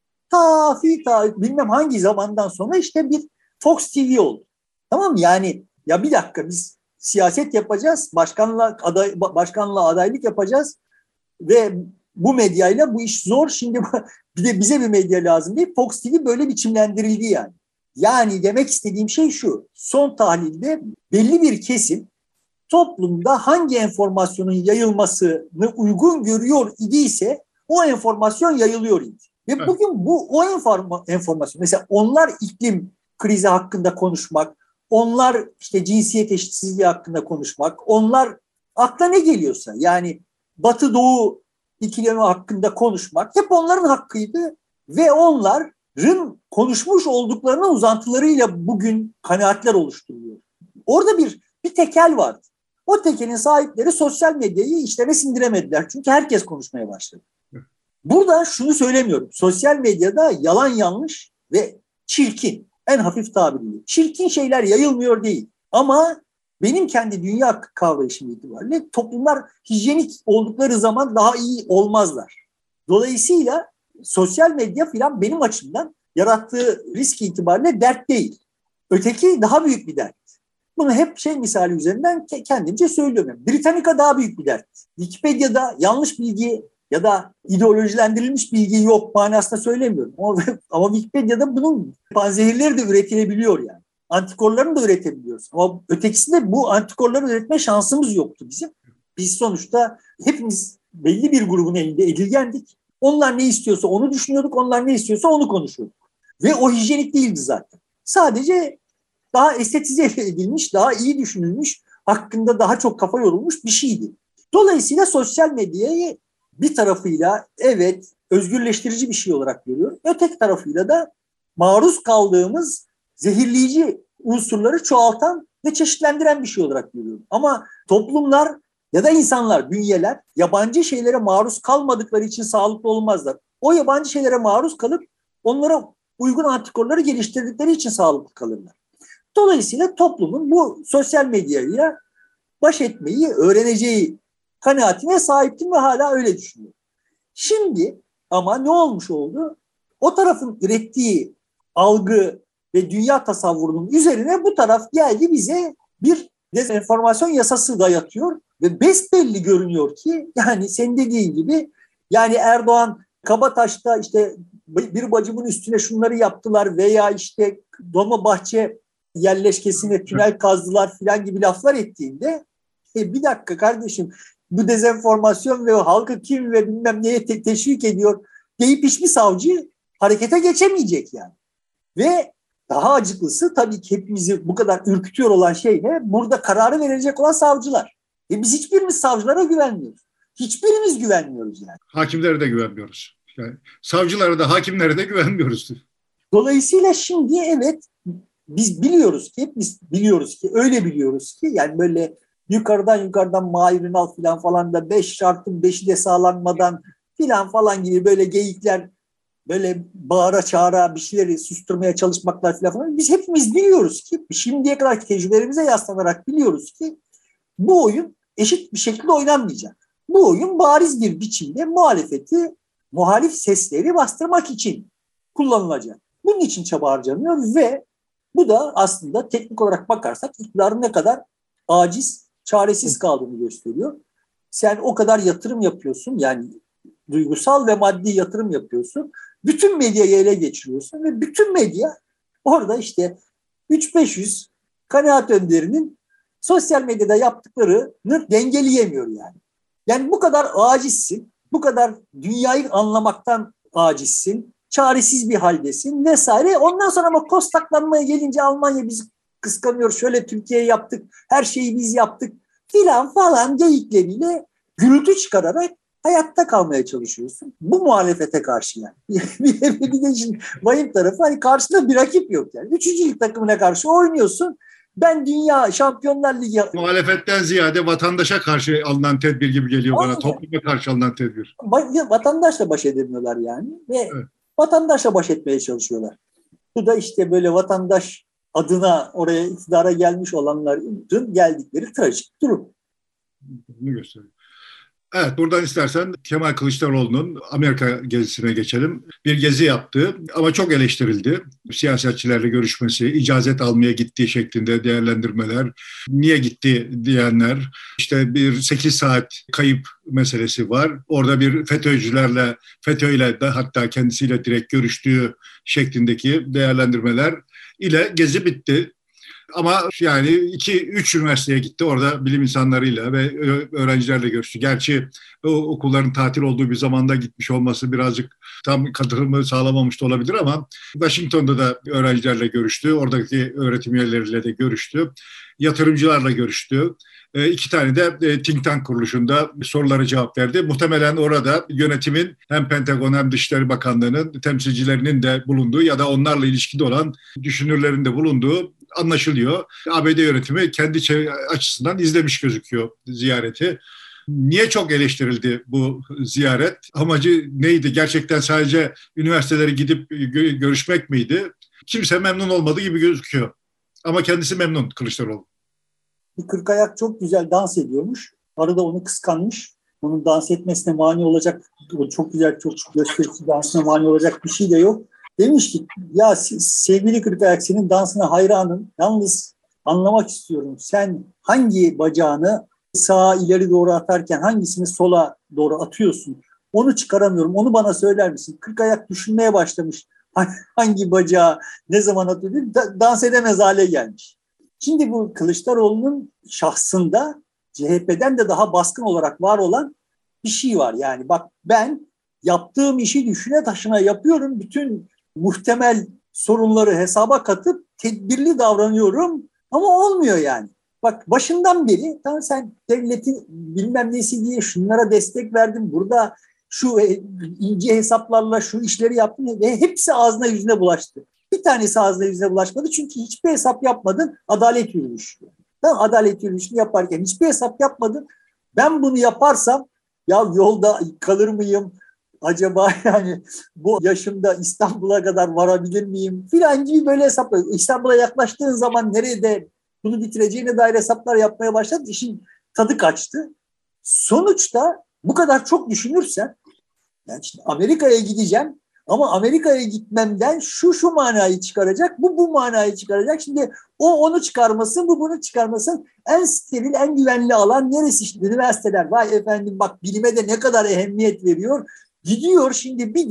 ta, ta bilmem hangi zamandan sonra işte bir Fox T V oldu. Tamam mı? Yani ya bir dakika biz siyaset yapacağız, başkanla aday, başkanla adaylık yapacağız ve bu medyayla bu iş zor. Şimdi bir de bize bir medya lazım diye Fox T V böyle biçimlendirildi yani. Yani demek istediğim şey şu. Son tahlilde belli bir kesim toplumda hangi enformasyonun yayılmasını uygun görüyor idiyse o enformasyon yayılıyor idi. Ve bugün bu o enformasyon, mesela onlar iklim krizi hakkında konuşmak, onlar işte cinsiyet eşitsizliği hakkında konuşmak, onlar akla ne geliyorsa yani Batı Doğu ikilemi hakkında konuşmak hep onların hakkıydı ve onların konuşmuş olduklarının uzantılarıyla bugün kanaatler oluşturuyor. Orada bir bir tekel vardı. O tekelin sahipleri sosyal medyayı işlerine sindiremediler. Çünkü herkes konuşmaya başladı. Burada şunu söylemiyorum. Sosyal medyada yalan yanlış ve çirkin, en hafif tabiriyle. Çirkin şeyler yayılmıyor değil. Ama benim kendi dünya kavrayışım itibariyle toplumlar hijyenik oldukları zaman daha iyi olmazlar. Dolayısıyla sosyal medya filan benim açımdan yarattığı risk itibariyle dert değil. Öteki daha büyük bir dert. Bunu hep şey misali üzerinden kendimce söylüyorum. Britannica daha büyük bir dert. Wikipedia'da yanlış bilgi ya da ideolojilendirilmiş bilgi yok manasında söylemiyorum. Ama, ama Wikipedia'da bunun panzehirleri de üretilebiliyor yani. Antikorlarını da üretebiliyoruz. Ama ötekisinde bu antikorları üretme şansımız yoktu bizim. Biz sonuçta hepimiz belli bir grubun elinde edilgendik. Onlar ne istiyorsa onu düşünüyorduk, onlar ne istiyorsa onu konuşuyorduk. Ve o hijyenik değildi zaten. Sadece daha estetize edilmiş, daha iyi düşünülmüş, hakkında daha çok kafa yorulmuş bir şeydi. Dolayısıyla sosyal medyayı bir tarafıyla evet özgürleştirici bir şey olarak görüyorum. Öteki tarafıyla da maruz kaldığımız zehirleyici unsurları çoğaltan ve çeşitlendiren bir şey olarak görüyorum. Ama toplumlar ya da insanlar, bünyeler yabancı şeylere maruz kalmadıkları için sağlıklı olmazlar. O yabancı şeylere maruz kalıp onlara uygun antikorları geliştirdikleri için sağlıklı kalırlar. Dolayısıyla toplumun bu sosyal medyayla baş etmeyi öğreneceği kanaatine sahiptim ve hala öyle düşünüyorum. Şimdi ama ne olmuş oldu? O tarafın ürettiği algı ve dünya tasavvurunun üzerine bu taraf geldi bize bir dezenformasyon yasası dayatıyor ve besbelli görünüyor ki yani senin dediğin gibi yani Erdoğan Kabataş'ta işte bir bacımın üstüne şunları yaptılar veya işte Dolmabahçe yerleşkesine tünel kazdılar filan gibi laflar ettiğinde e, bir dakika kardeşim bu dezenformasyon ve halkı kim ve bilmem neye te- teşvik ediyor deyip hiçbir savcı harekete geçemeyecek yani. Ve daha acıklısı tabii ki hepimizi bu kadar ürkütüyor olan şey ne? Burada kararı verecek olan savcılar. E biz hiçbirimiz savcılara güvenmiyoruz. Hiçbirimiz güvenmiyoruz yani. Hakimlere de güvenmiyoruz. Yani savcılara da hakimlere de güvenmiyoruz. Dolayısıyla şimdi evet biz biliyoruz ki, biz biliyoruz ki, öyle biliyoruz ki yani böyle yukarıdan yukarıdan Mahir Ünal falan falan da beş şartın beşi de sağlanmadan filan falan gibi böyle geyikler böyle bağıra çağıra bir şeyleri susturmaya çalışmaklar falan falan. Biz hepimiz biliyoruz ki şimdiye kadarki tecrübelerimize yaslanarak biliyoruz ki bu oyun eşit bir şekilde oynanmayacak. Bu oyun bariz bir biçimde muhalefeti, muhalif sesleri bastırmak için kullanılacak. Bunun için çaba harcanıyor ve bu da aslında teknik olarak bakarsak iktidarın ne kadar aciz, çaresiz kaldığını gösteriyor. Sen o kadar yatırım yapıyorsun yani duygusal ve maddi yatırım yapıyorsun. Bütün medyayı ele geçiriyorsun ve bütün medya orada işte üç beş yüz kanaat önderinin sosyal medyada yaptıklarını dengeleyemiyor yani. Yani bu kadar acizsin, bu kadar dünyayı anlamaktan acizsin, çaresiz bir haldesin vesaire. Ondan sonra ama kostaklanmaya gelince Almanya bizi kıskanıyor, şöyle Türkiye'ye yaptık, her şeyi biz yaptık filan falan geyikleriyle gürültü çıkararak hayatta kalmaya çalışıyorsun. Bu muhalefete karşı yani. bir de, bir de şimdi vahim tarafı hani karşısında bir rakip yok yani. Üçüncü lig takımına karşı oynuyorsun. Ben Dünya Şampiyonlar Ligi... Muhalefetten ziyade vatandaşa karşı alınan tedbir gibi geliyor bana. Aynen. Topluma karşı alınan tedbir. Vatandaşla baş edemiyorlar yani. Ve evet. Vatandaşla baş etmeye çalışıyorlar. Bu da işte böyle vatandaş adına oraya iktidara gelmiş olanların geldikleri trajik durum. Bunu gösteriyor. Evet, buradan istersen Kemal Kılıçdaroğlu'nun Amerika gezisine geçelim. Bir gezi yaptı ama çok eleştirildi. Siyasetçilerle görüşmesi, icazet almaya gittiği şeklinde değerlendirmeler, niye gitti diyenler, işte bir sekiz saat kayıp meselesi var. Orada bir FETÖ'cülerle, FETÖ'yle de hatta kendisiyle direkt görüştüğü şeklindeki değerlendirmeler ile gezi bitti. Ama yani iki, üç üniversiteye gitti. Orada bilim insanlarıyla ve öğrencilerle görüştü. Gerçi o okulların tatil olduğu bir zamanda gitmiş olması birazcık tam katılımı sağlamamış da olabilir ama Washington'da da öğrencilerle görüştü. Oradaki öğretim üyeleriyle de görüştü. Yatırımcılarla görüştü. E, iki tane de think tank kuruluşunda sorulara cevap verdi. Muhtemelen orada yönetimin hem Pentagon hem Dışişleri Bakanlığı'nın temsilcilerinin de bulunduğu ya da onlarla ilişkide olan düşünürlerin de bulunduğu anlaşılıyor. A B D yönetimi kendi açısından izlemiş gözüküyor ziyareti. Niye çok eleştirildi bu ziyaret? Amacı neydi? Gerçekten sadece üniversitelere gidip görüşmek miydi? Kimse memnun olmadığı gibi gözüküyor. Ama kendisi memnun Kılıçdaroğlu. Bir kırk ayak çok güzel dans ediyormuş. Arada onu kıskanmış. Onun dans etmesine mani olacak, çok güzel, çok gösterişli dansına mani olacak bir şey de yok. Demiş ki ya sevgili kırk ayak senin dansına hayranım. Yalnız anlamak istiyorum. Sen hangi bacağını sağa ileri doğru atarken hangisini sola doğru atıyorsun? Onu çıkaramıyorum. Onu bana söyler misin? Kırk ayak düşünmeye başlamış. Hangi bacağı ne zaman atıyor? Dans edemez hale gelmiş. Şimdi bu Kılıçdaroğlu'nun şahsında C H P'den de daha baskın olarak var olan bir şey var. Yani bak ben yaptığım işi düşüne taşına yapıyorum. Bütün muhtemel sorunları hesaba katıp tedbirli davranıyorum ama olmuyor yani. Bak başından beri tamam sen devletin bilmem nesi diye şunlara destek verdin. Burada şu ince hesaplarla şu işleri yaptın ve hepsi ağzına yüzüne bulaştı. Bir tanesi ağzına yüzüne bulaşmadı çünkü hiçbir hesap yapmadın. Adalet yürüyüşü. Tamam, adalet yürüyüşünü yaparken hiçbir hesap yapmadın. Ben bunu yaparsam ya yolda kalır mıyım? Acaba yani bu yaşımda İstanbul'a kadar varabilir miyim? Filan gibi böyle hesaplar. İstanbul'a yaklaştığın zaman nerede bunu bitireceğine dair hesaplar yapmaya başladı. İşin tadı kaçtı. Sonuçta bu kadar çok düşünürsen yani işte Amerika'ya gideceğim ama Amerika'ya gitmemden şu şu manayı çıkaracak, bu bu manayı çıkaracak. Şimdi o onu çıkarmasın, bu bunu çıkarmasın. En steril, en güvenli alan neresi? İşte üniversiteler. Vay efendim bak bilime de ne kadar ehemmiyet veriyor. Gidiyor şimdi bir de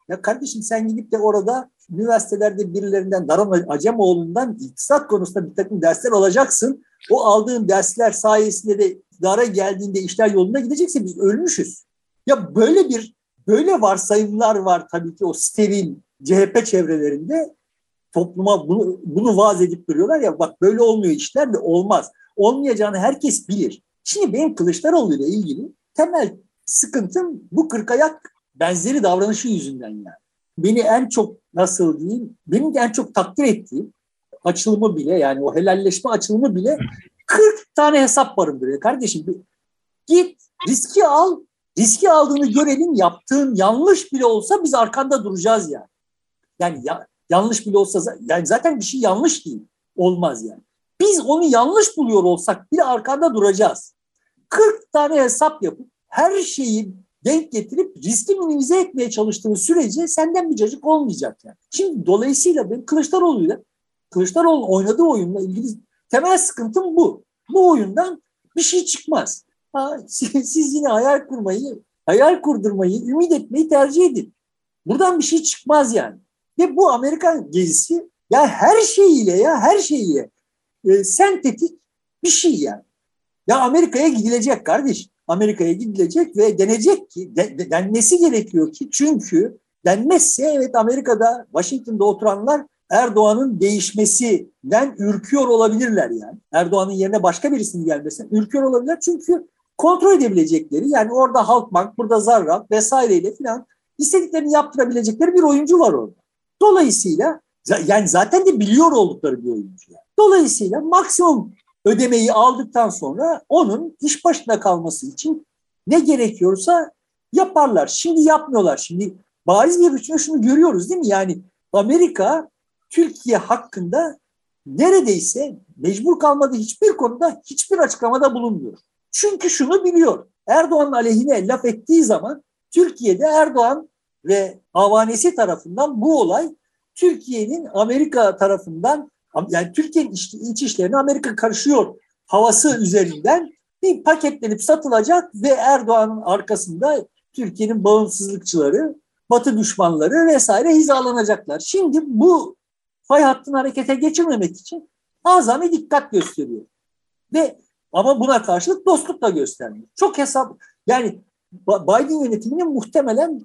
Ya kardeşim sen gidip de orada üniversitelerde birilerinden, Daran Acemoğlu'ndan iktisat konusunda bir takım dersler alacaksın. O aldığın dersler sayesinde de iktidara geldiğinde işler yoluna gidecekse biz ölmüşüz. Ya böyle bir böyle varsayımlar var tabii ki o steril C H P çevrelerinde. Topluma bunu, bunu vaaz edip duruyorlar ya, bak böyle olmuyor işler de olmaz. Olmayacağını herkes bilir. Şimdi benim Kılıçdaroğlu ile ilgili temel sıkıntım bu kırkayak benzeri davranışı yüzünden yani. Beni en çok nasıl diyeyim, benim de en çok takdir ettiğim açılımı bile, yani o helalleşme açılımı bile kırk tane hesap barındırıyor. Kardeşim git riski al, riski aldığını görelim, yaptığın yanlış bile olsa biz arkanda duracağız yani. Yani ya, yanlış bile olsa yani zaten bir şey yanlış değil, olmaz yani. Biz onu yanlış buluyor olsak bile arkanda duracağız. kırk tane hesap yapıp her şeyi denk getirip riski minimize etmeye çalıştığın sürece senden bir cacık olmayacak yani. Şimdi dolayısıyla ben Kılıçdaroğlu'yla Kılıçdaroğlu'nun oynadığı oyunla ilgili temel sıkıntım bu. Bu oyundan bir şey çıkmaz. Ha, siz, siz yine hayal kurmayı, hayal kurdurmayı, ümit etmeyi tercih edin. Buradan bir şey çıkmaz yani. Ve bu Amerikan gezisi ya her şeyiyle ya her şeyiyle e, sentetik bir şey yani. Ya Amerika'ya gidilecek kardeş. Amerika'ya gidilecek ve denecek ki, de, de, denmesi gerekiyor ki, çünkü denmezse evet Amerika'da, Washington'da oturanlar Erdoğan'ın değişmesinden ürküyor olabilirler yani. Erdoğan'ın yerine başka birisinin gelmesinden ürküyor olabilirler, çünkü kontrol edebilecekleri, yani orada Halkbank, burada Zarrab vesaireyle falan istediklerini yaptırabilecekleri bir oyuncu var orada. Dolayısıyla yani zaten de biliyor oldukları bir oyuncu. Yani. Dolayısıyla maksimum ödemeyi aldıktan sonra onun iş başında kalması için ne gerekiyorsa yaparlar. Şimdi yapmıyorlar. Şimdi bariz bir biçimde şunu görüyoruz değil mi? Yani Amerika Türkiye hakkında neredeyse mecbur kalmadığı hiçbir konuda hiçbir açıklamada bulunmuyor. Çünkü şunu biliyor. Erdoğan'ın aleyhine laf ettiği zaman Türkiye'de Erdoğan ve havanesi tarafından bu olay Türkiye'nin Amerika tarafından, yani Türkiye'nin iç, iç işlerine Amerika karışıyor havası üzerinden bir paketlenip satılacak ve Erdoğan'ın arkasında Türkiye'nin bağımsızlıkçıları, Batı düşmanları vesaire hizalanacaklar. Şimdi bu fay hattını harekete geçirmemek için azami dikkat gösteriyor. Ve ama buna karşılık dostluk da göstermiyor. Çok hesap, yani Biden yönetiminin muhtemelen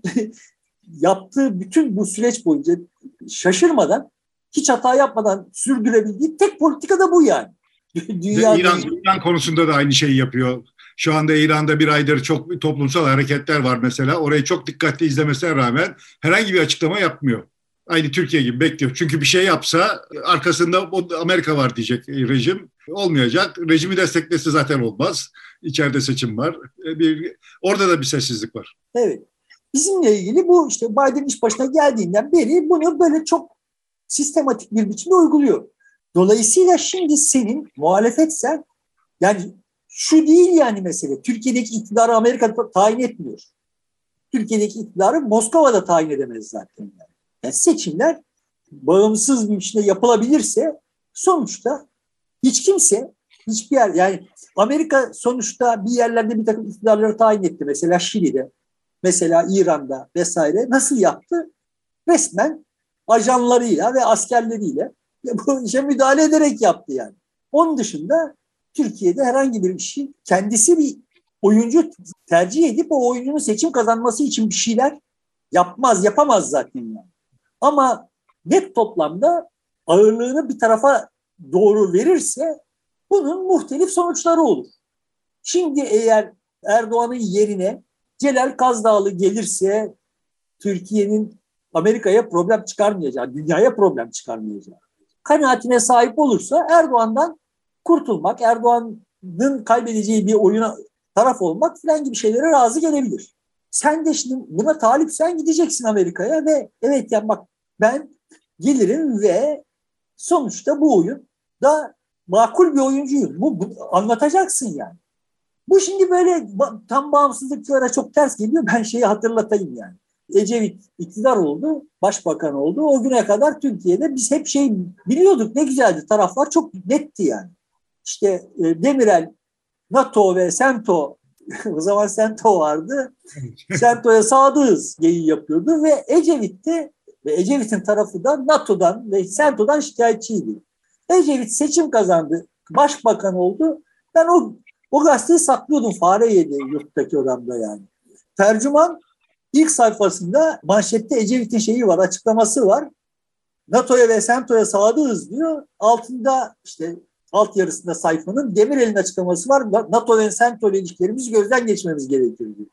yaptığı bütün bu süreç boyunca şaşırmadan, hiç hata yapmadan sürdürebildiği tek politika da bu yani. Dünya İran, İran konusunda da aynı şeyi yapıyor. Şu anda İran'da bir aydır çok toplumsal hareketler var mesela. Orayı çok dikkatli izlemesine rağmen herhangi bir açıklama yapmıyor. Aynı Türkiye gibi bekliyor. Çünkü bir şey yapsa arkasında Amerika var diyecek rejim. Olmayacak. Rejimi desteklese zaten olmaz. İçeride seçim var. Bir, orada da bir sessizlik var. Evet. Bizimle ilgili bu işte Biden iş başına geldiğinden beri bunu böyle çok sistematik bir biçimde uyguluyor. Dolayısıyla şimdi senin muhalefetsen, yani şu değil yani mesele. Türkiye'deki iktidarı Amerika tayin etmiyor. Türkiye'deki iktidarı Moskova'da tayin edemez zaten. Yani. Yani seçimler bağımsız bir biçimde yapılabilirse sonuçta hiç kimse, hiçbir yer, yani Amerika sonuçta bir yerlerde bir takım iktidarları tayin etti. Mesela Şili'de, mesela İran'da vesaire. Nasıl yaptı? Resmen ajanlarıyla ve askerleriyle bu işe müdahale ederek yaptı yani. Onun dışında Türkiye'de herhangi bir şey, kendisi bir oyuncu tercih edip o oyuncunun seçim kazanması için bir şeyler yapmaz, yapamaz zaten yani. Ama net toplamda ağırlığını bir tarafa doğru verirse bunun muhtelif sonuçları olur. Şimdi eğer Erdoğan'ın yerine Celal Kazdağlı gelirse Türkiye'nin Amerika'ya problem çıkarmayacağı, dünyaya problem çıkarmayacağı kanaatine sahip olursa Erdoğan'dan kurtulmak, Erdoğan'ın kaybedeceği bir oyuna taraf olmak falan gibi şeylere razı gelebilir. Sen de şimdi buna talipsen gideceksin Amerika'ya ve evet ya bak ben gelirim ve sonuçta bu oyun da makul bir oyuncuyum. Bu, bu anlatacaksın yani. Bu şimdi böyle tam bağımsızlıkçılara çok ters geliyor. Ben şeyi hatırlatayım yani. Ecevit iktidar oldu, başbakan oldu. O güne kadar Türkiye'de biz hep şey biliyorduk, ne güzeldi. Taraflar çok netti yani. İşte Demirel, NATO ve SEMTO O zaman Sento vardı. Sento'ya sadığız geyiği yapıyordu ve Ecevit de ve Ecevit'in tarafı da NATO'dan ve Sento'dan şikayetçiydi. Ecevit seçim kazandı. Başbakan oldu. Ben o o gazeteyi saklıyordum. Fare yedi yurttaki odamda yani. Tercüman ilk sayfasında manşette Ecevit'in şeyi var, açıklaması var. NATO'ya ve Sento'ya sadığız diyor. Altında işte alt yarısında sayfanın Demirel'in açıklaması var. NATO ve Sento ile ilişkilerimizi gözden geçmemiz gerekiyor diyor.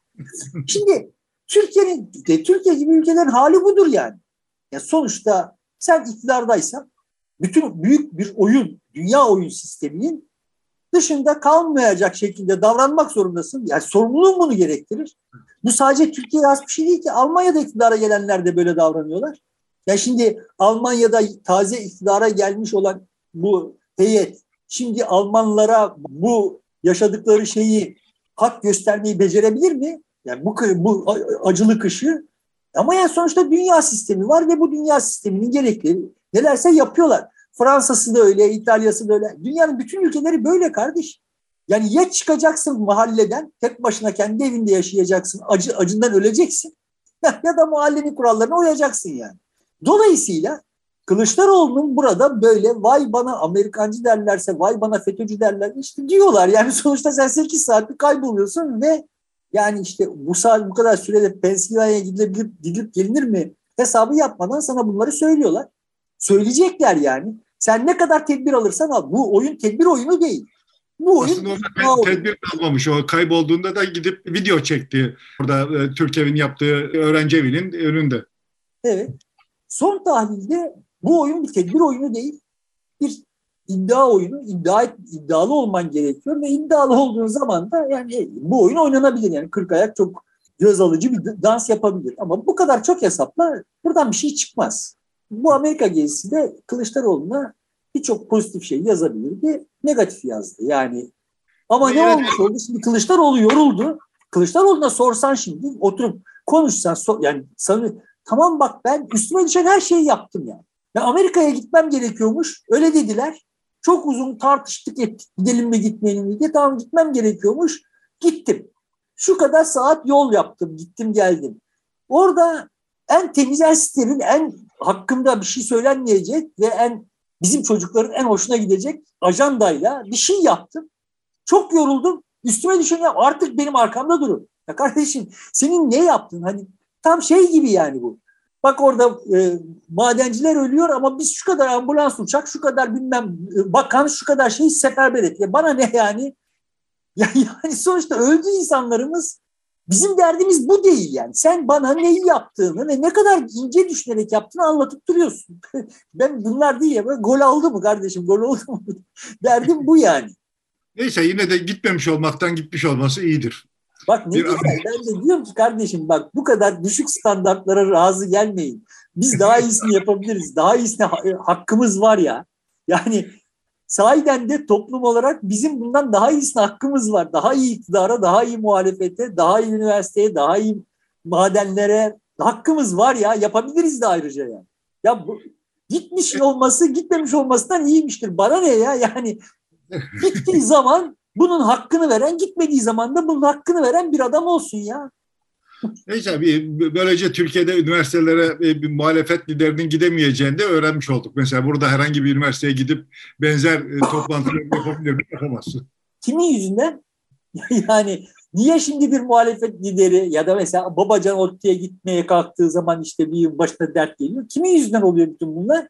Şimdi Türkiye'nin, Türkiye gibi ülkelerin hali budur yani. Yani sonuçta sen iktidardaysan bütün büyük bir oyun, dünya oyun sisteminin dışında kalmayacak şekilde davranmak zorundasın. Yani sorumluluğun bunu gerektirir. Bu sadece Türkiye'ye has bir şey değil ki. Almanya'da iktidara gelenler de böyle davranıyorlar. Yani şimdi Almanya'da taze iktidara gelmiş olan bu heyet şimdi Almanlara bu yaşadıkları şeyi hak göstermeyi becerebilir mi? Yani bu, bu acılı kışı. Ama yani sonuçta dünya sistemi var ve bu dünya sisteminin gerekleri nelerse yapıyorlar. Fransa'sı da öyle, İtalya'sı da öyle. Dünyanın bütün ülkeleri böyle kardeş. Yani ya çıkacaksın mahalleden, tek başına kendi evinde yaşayacaksın, acı, acından öleceksin. Ya da mahallenin kurallarına uyacaksın yani. Dolayısıyla Kılıçdaroğlu'nun burada böyle vay bana Amerikancı derlerse, vay bana FETÖ'cü derler işte diyorlar. Yani sonuçta sen sekiz saatlik kayboluyorsun ve yani işte bu saat bu kadar sürede Pensilvanya'ya gidilebilir, gidilip gelinir mi hesabı yapmadan sana bunları söylüyorlar. Söyleyecekler yani. Sen ne kadar tedbir alırsan al. Bu oyun tedbir oyunu değil. Bu oyun aslında orada tedbir almamış. O kaybolduğunda da gidip video çekti. Orada e, Türkev'in yaptığı öğrenci evinin önünde. Evet. Son tahlilde bu oyun bir tedbir oyunu değil. Bir iddia oyunu. İddia, iddialı olman gerekiyor ve iddialı olduğun zaman da yani bu oyun oynanabilir. Yani kırk ayak çok göz alıcı bir dans yapabilir. Ama bu kadar çok hesapla buradan bir şey çıkmaz. Bu Amerika gezisi de Kılıçdaroğlu'na birçok pozitif şey yazabilirdi. Negatif yazdı. Yani ama ne olmuş oldu? Şimdi Kılıçdaroğlu yoruldu. Kılıçdaroğlu'na sorsan şimdi oturup konuşsan so- yani sana tamam bak ben üstüme düşen her şeyi yaptım yani. Ya Amerika'ya gitmem gerekiyormuş. Öyle dediler. Çok uzun tartıştık ettik. Gidelim mi gitmeyelim mi diye. Tamam gitmem gerekiyormuş. Gittim. Şu kadar saat yol yaptım. Gittim geldim. Orada en temiz, en steril, en hakkımda bir şey söylenmeyecek ve en bizim çocukların en hoşuna gidecek ajandayla bir şey yaptım. Çok yoruldum. Üstüme düşen ya artık benim arkamda durun. Ya kardeşim senin ne yaptın? Hani tam şey gibi yani bu. Bak orada e, madenciler ölüyor ama biz şu kadar ambulans uçak, şu kadar bilmem e, bakan, şu kadar şeyi seferber et. Ya bana ne yani? Ya, yani sonuçta öldü insanlarımız. Bizim derdimiz bu değil yani. Sen bana neyi yaptığını ve ne kadar ince düşünerek yaptığını anlatıp duruyorsun. Ben bunlar değil ya. Gol aldı mı kardeşim? Gol oldu mu? Derdim bu yani. Neyse yine de gitmemiş olmaktan gitmiş olması iyidir. Bak ne güzel. Ben de diyorum ki kardeşim bak bu kadar düşük standartlara razı gelmeyin. Biz daha iyisini yapabiliriz. Daha iyisine hakkımız var ya. Yani sahiden de toplum olarak bizim bundan daha iyisine hakkımız var. Daha iyi iktidara, daha iyi muhalefete, daha iyi üniversiteye, daha iyi madenlere hakkımız var ya. Yapabiliriz de ayrıca yani. Ya bu gitmiş olması, gitmemiş olmasından iyiymiştir. Bana ne ya? Yani gittiği zaman bunun hakkını veren, gitmediği zaman da bunun hakkını veren bir adam olsun ya. Neyse böylece Türkiye'de üniversitelere bir muhalefet liderinin gidemeyeceğini de öğrenmiş olduk. Mesela burada herhangi bir üniversiteye gidip benzer toplantılar yapabilir mi? Yapamazsın. Kimin yüzünden? Yani niye şimdi bir muhalefet lideri ya da mesela Babacan Otlu'ya gitmeye kalktığı zaman işte bir başına dert geliyor. Kimin yüzünden oluyor bütün bunlar?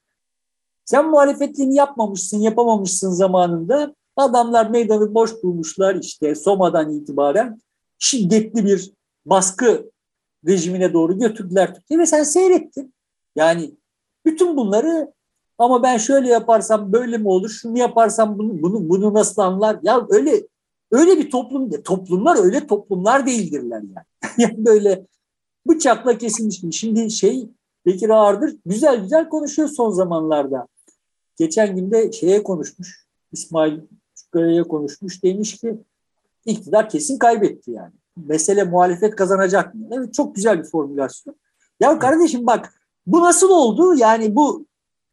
Sen muhalefetliğini yapmamışsın, yapamamışsın zamanında. Adamlar meydanı boş bulmuşlar işte Soma'dan itibaren şiddetli bir baskı rejimine doğru götürdüler Türkiye ve sen seyrettin. Yani bütün bunları ama ben şöyle yaparsam böyle mi olur, şunu yaparsam bunu, bunu, bunu nasıl anlar? Ya öyle öyle bir toplum, toplumlar öyle toplumlar değildirler yani. Yani böyle bıçakla kesilmiş mi? Şimdi şey Bekir Ağırdır güzel güzel konuşuyor son zamanlarda. Geçen gün de şeye konuşmuş, İsmail Küçükkaya'ya konuşmuş. Demiş ki iktidar kesin kaybetti yani. Mesele muhalefet kazanacak mı? Evet çok güzel bir formülasyon. Ya kardeşim bak bu nasıl oldu? Yani bu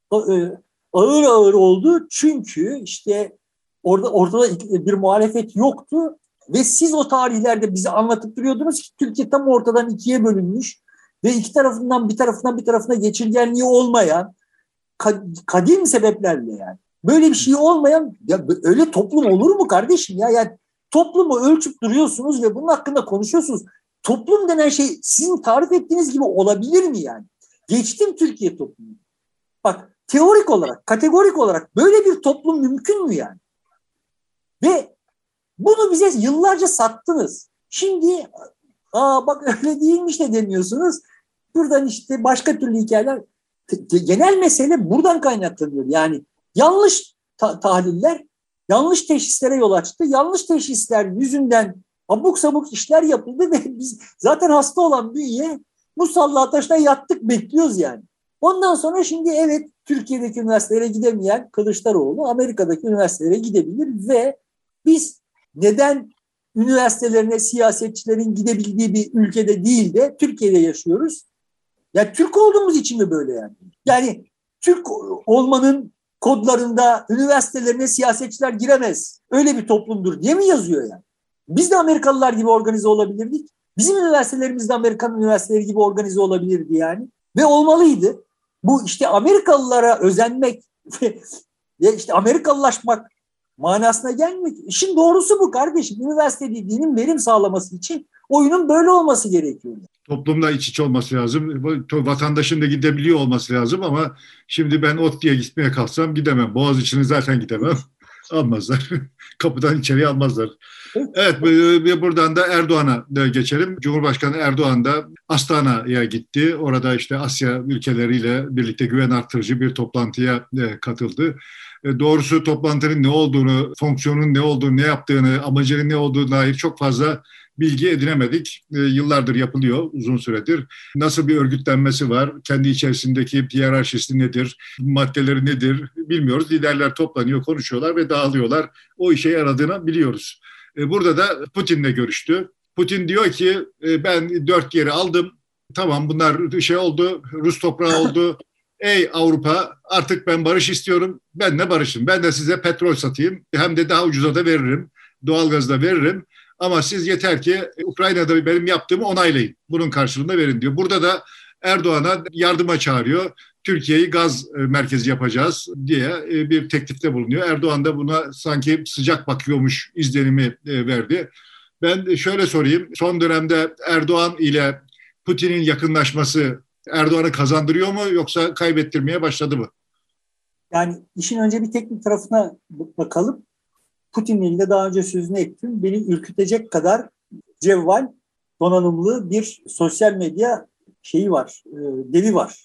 ağır ağır oldu çünkü işte orada ortada bir muhalefet yoktu. Ve siz o tarihlerde bize anlatıp duruyordunuz ki Türkiye tam ortadan ikiye bölünmüş ve iki tarafından bir tarafından bir tarafına geçirgenliği olmayan, kadim sebeplerle yani. Böyle bir şey olmayan, ya öyle toplum olur mu kardeşim ya? Yani toplumu ölçüp duruyorsunuz ve bunun hakkında konuşuyorsunuz. Toplum denen şey sizin tarif ettiğiniz gibi olabilir mi yani? Geçtim Türkiye toplumu. Bak teorik olarak, kategorik olarak böyle bir toplum mümkün mü yani? Ve bunu bize yıllarca sattınız. Şimdi aa bak öyle değilmiş de demiyorsunuz. Buradan işte başka türlü hikayeler. Genel mesele buradan kaynaklanıyor. Yani yanlış ta- tahliller, yanlış teşhislere yol açtı. Yanlış teşhisler yüzünden abuk sabuk işler yapıldı ve biz zaten hasta olan bünye musalla taşına yattık bekliyoruz yani. Ondan sonra şimdi evet Türkiye'deki üniversitelere gidemeyen Kılıçdaroğlu Amerika'daki üniversitelere gidebilir ve biz neden üniversitelerine siyasetçilerin gidebildiği bir ülkede değil de Türkiye'de yaşıyoruz? Ya Türk olduğumuz için mi böyle yani? Yani Türk olmanın kodlarında üniversitelerine siyasetçiler giremez. Öyle bir toplumdur diye mi yazıyor yani? Biz de Amerikalılar gibi organize olabilirdik. Bizim üniversitelerimiz de Amerikan üniversiteleri gibi organize olabilirdi yani. Ve olmalıydı. Bu işte Amerikalılara özenmek ve işte Amerikalılaşmak manasına gelmiyor. İşin doğrusu bu kardeşim. Üniversite dediğinin verim sağlaması için oyunun böyle olması gerekiyor. Toplumla iç içe olması lazım. Vatandaşın da gidebiliyor olması lazım ama şimdi ben ODTÜ'ye gitmeye kalksam gidemem. Boğaziçi'ne zaten gidemem. Almazlar. Kapıdan içeriye almazlar. Evet, buradan da Erdoğan'a geçelim. Cumhurbaşkanı Erdoğan da Astana'ya gitti. Orada işte Asya ülkeleriyle birlikte güven artırıcı bir toplantıya katıldı. Doğrusu toplantının ne olduğunu, fonksiyonun ne olduğunu, ne yaptığını, amacının ne olduğuna dair çok fazla bilgi edinemedik. Yıllardır yapılıyor, uzun süredir. Nasıl bir örgütlenmesi var, kendi içerisindeki hiyerarşisi nedir, maddeleri nedir bilmiyoruz. Liderler toplanıyor, konuşuyorlar ve dağılıyorlar. O işe yaradığını biliyoruz. Burada da Putin'le görüştü. Putin diyor ki ben dört yeri aldım. Tamam bunlar şey oldu, Rus toprağı oldu. Ey Avrupa artık ben barış istiyorum. Benle barışın. Ben de size petrol satayım. Hem de daha ucuza da veririm. Doğalgaz da veririm. Ama siz yeter ki Ukrayna'da benim yaptığımı onaylayın. Bunun karşılığında verin diyor. Burada da Erdoğan'a yardıma çağırıyor. Türkiye'yi gaz merkezi yapacağız diye bir teklifte bulunuyor. Erdoğan da buna sanki sıcak bakıyormuş izlenimi verdi. Ben şöyle sorayım. Son dönemde Erdoğan ile Putin'in yakınlaşması Erdoğan'ı kazandırıyor mu yoksa kaybettirmeye başladı mı? Yani işin önce bir teknik tarafına bakalım. Putin'le ilgili daha önce sözünü ettim. Beni ürkütecek kadar cevval, donanımlı bir sosyal medya şeyi var, devi var.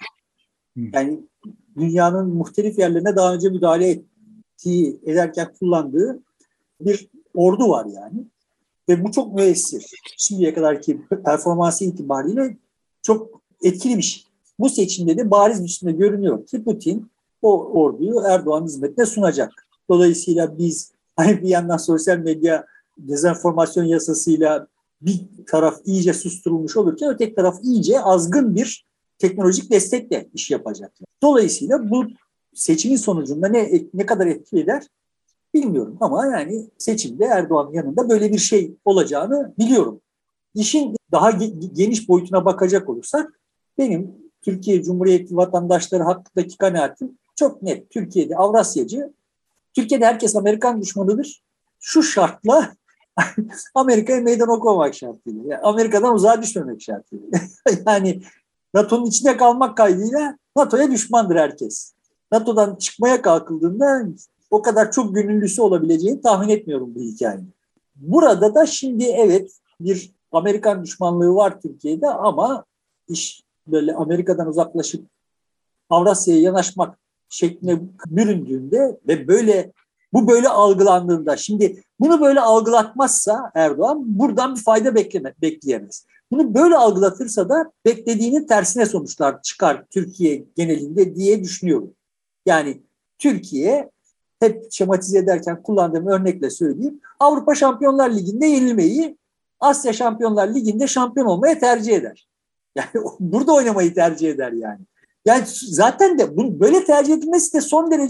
Yani dünyanın muhtelif yerlerine daha önce müdahale ettiği, ederken kullandığı bir ordu var yani. Ve bu çok müessir. Şimdiye kadarki performansı itibariyle çok etkili bir şey. Bu seçimde de bariz bir şekilde görünüyor ki Putin o orduyu Erdoğan'ın hizmetine sunacak. Dolayısıyla biz hani bir yandan sosyal medya dezenformasyon yasasıyla bir taraf iyice susturulmuş olurken öteki taraf iyice azgın bir teknolojik destekle iş yapacak. Dolayısıyla bu seçimin sonucunda ne ne kadar etki eder bilmiyorum ama yani seçimde Erdoğan'ın yanında böyle bir şey olacağını biliyorum. İşin daha geniş boyutuna bakacak olursak benim Türkiye Cumhuriyeti vatandaşları hakkındaki kanaatim çok net. Türkiye'de Avrasyacı, Türkiye'de herkes Amerikan düşmanıdır. Şu şartla Amerika'ya meydan okumamak şartıyla. Yani Amerika'dan uzağa düşmemek şartıyla. Yani NATO'nun içinde kalmak kaydıyla NATO'ya düşmandır herkes. NATO'dan çıkmaya kalkıldığında o kadar çok gönüllüsü olabileceğini tahmin etmiyorum bu hikayenin. Burada da şimdi evet bir Amerikan düşmanlığı var Türkiye'de ama iş böyle Amerika'dan uzaklaşıp Avrasya'ya yanaşmak şekline büründüğünde ve böyle bu böyle algılandığında şimdi bunu böyle algılatmazsa Erdoğan buradan bir fayda bekleme, bekleyemez. Bunu böyle algılatırsa da beklediğinin tersine sonuçlar çıkar Türkiye genelinde diye düşünüyorum. Yani Türkiye hep şematize ederken kullandığım örnekle söyleyeyim. Avrupa Şampiyonlar Ligi'nde yenilmeyi Asya Şampiyonlar Ligi'nde şampiyon olmaya tercih eder. Yani burada oynamayı tercih eder yani. Yani zaten de bunu böyle tercih edilmesi de son derece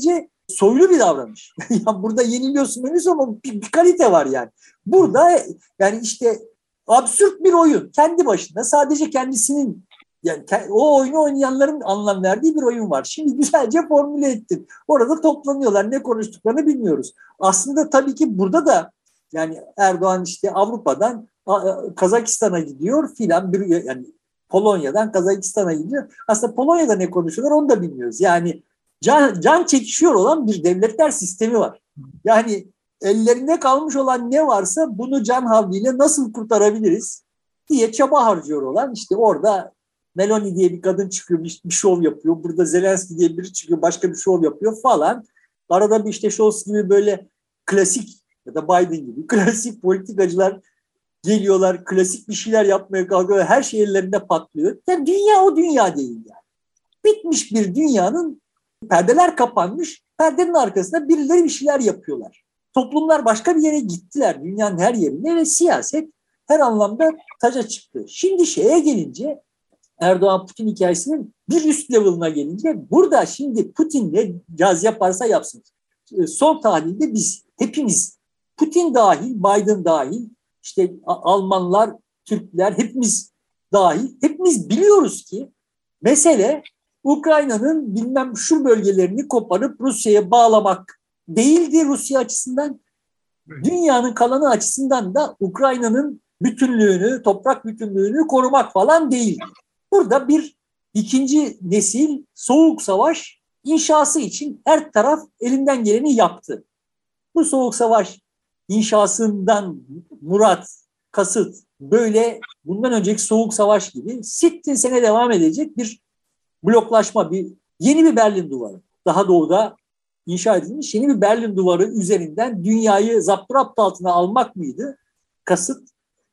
soylu bir davranış. Ya burada yeniliyorsun menüsü ama bir, bir kalite var yani. Burada yani işte absürt bir oyun. Kendi başına sadece kendisinin yani o oyunu oynayanların anlam verdiği bir oyun var. Şimdi güzelce formüle ettin. Orada toplanıyorlar. Ne konuştuklarını bilmiyoruz. Aslında tabii ki burada da yani Erdoğan işte Avrupa'dan Kazakistan'a gidiyor filan bir yani Polonya'dan Kazakistan'a gidiyor. Aslında Polonya'da ne konuşuyorlar onu da bilmiyoruz. Yani can, can çekişiyor olan bir devletler sistemi var. Yani ellerinde kalmış olan ne varsa bunu can havliyle nasıl kurtarabiliriz diye çaba harcıyor olan işte orada Meloni diye bir kadın çıkıyor bir, bir şov yapıyor. Burada Zelenski diye biri çıkıyor başka bir şov yapıyor falan. Arada bir işte Scholz gibi böyle klasik ya da Biden gibi klasik politikacılar geliyorlar, klasik bir şeyler yapmaya kalkıyorlar. Her şey ellerinde patlıyor. Yani dünya o dünya değil yani. Bitmiş bir dünyanın perdeler kapanmış. Perdenin arkasında birileri bir şeyler yapıyorlar. Toplumlar başka bir yere gittiler. Dünyanın her yerine ve siyaset her anlamda taca çıktı. Şimdi şeye gelince Erdoğan-Putin hikayesinin bir üst level'ına gelince burada şimdi Putin ne caz yaparsa yapsın. Son tahlilde biz hepimiz Putin dahil, Biden dahil işte Almanlar, Türkler hepimiz dahil hepimiz biliyoruz ki mesele Ukrayna'nın bilmem şu bölgelerini koparıp Rusya'ya bağlamak değildi Rusya açısından. Dünyanın kalanı açısından da Ukrayna'nın bütünlüğünü, toprak bütünlüğünü korumak falan değildi. Burada bir ikinci nesil soğuk savaş inşası için her taraf elinden geleni yaptı. Bu soğuk savaş inşasından murat, kasıt böyle bundan önceki soğuk savaş gibi sittin sene devam edecek bir bloklaşma, bir yeni bir Berlin Duvarı. Daha doğuda inşa edilmiş yeni bir Berlin Duvarı üzerinden dünyayı zapturapt altına almak mıydı kasıt?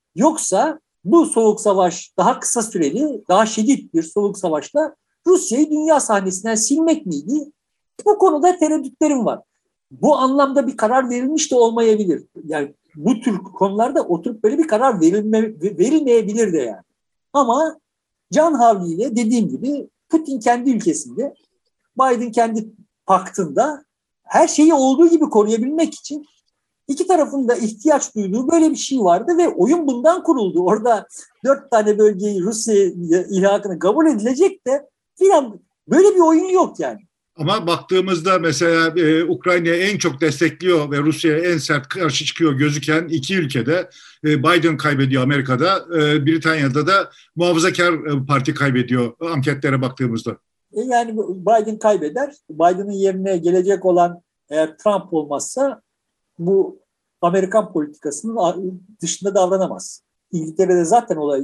Yoksa bu soğuk savaş daha kısa süreli, daha şiddet bir soğuk savaşla Rusya'yı dünya sahnesinden silmek miydi? Bu konuda tereddütlerim var. Bu anlamda bir karar verilmiş de olmayabilir. Yani bu tür konularda oturup böyle bir karar verilme, verilmeyebilir de yani. Ama can havliyle dediğim gibi Putin kendi ülkesinde, Biden kendi paktında her şeyi olduğu gibi koruyabilmek için iki tarafın da ihtiyaç duyduğu böyle bir şey vardı ve oyun bundan kuruldu. Orada dört tane bölgeyi Rusya ilhakını kabul edilecek de filan böyle bir oyun yok yani. Ama baktığımızda mesela e, Ukrayna'yı en çok destekliyor ve Rusya'ya en sert karşı çıkıyor gözüken iki ülkede e, Biden kaybediyor Amerika'da, e, Britanya'da da muhafazakar e, parti kaybediyor anketlere baktığımızda. E yani Biden kaybeder. Biden'ın yerine gelecek olan eğer Trump olmazsa bu Amerikan politikasının dışında davranamaz. İngiltere'de zaten olay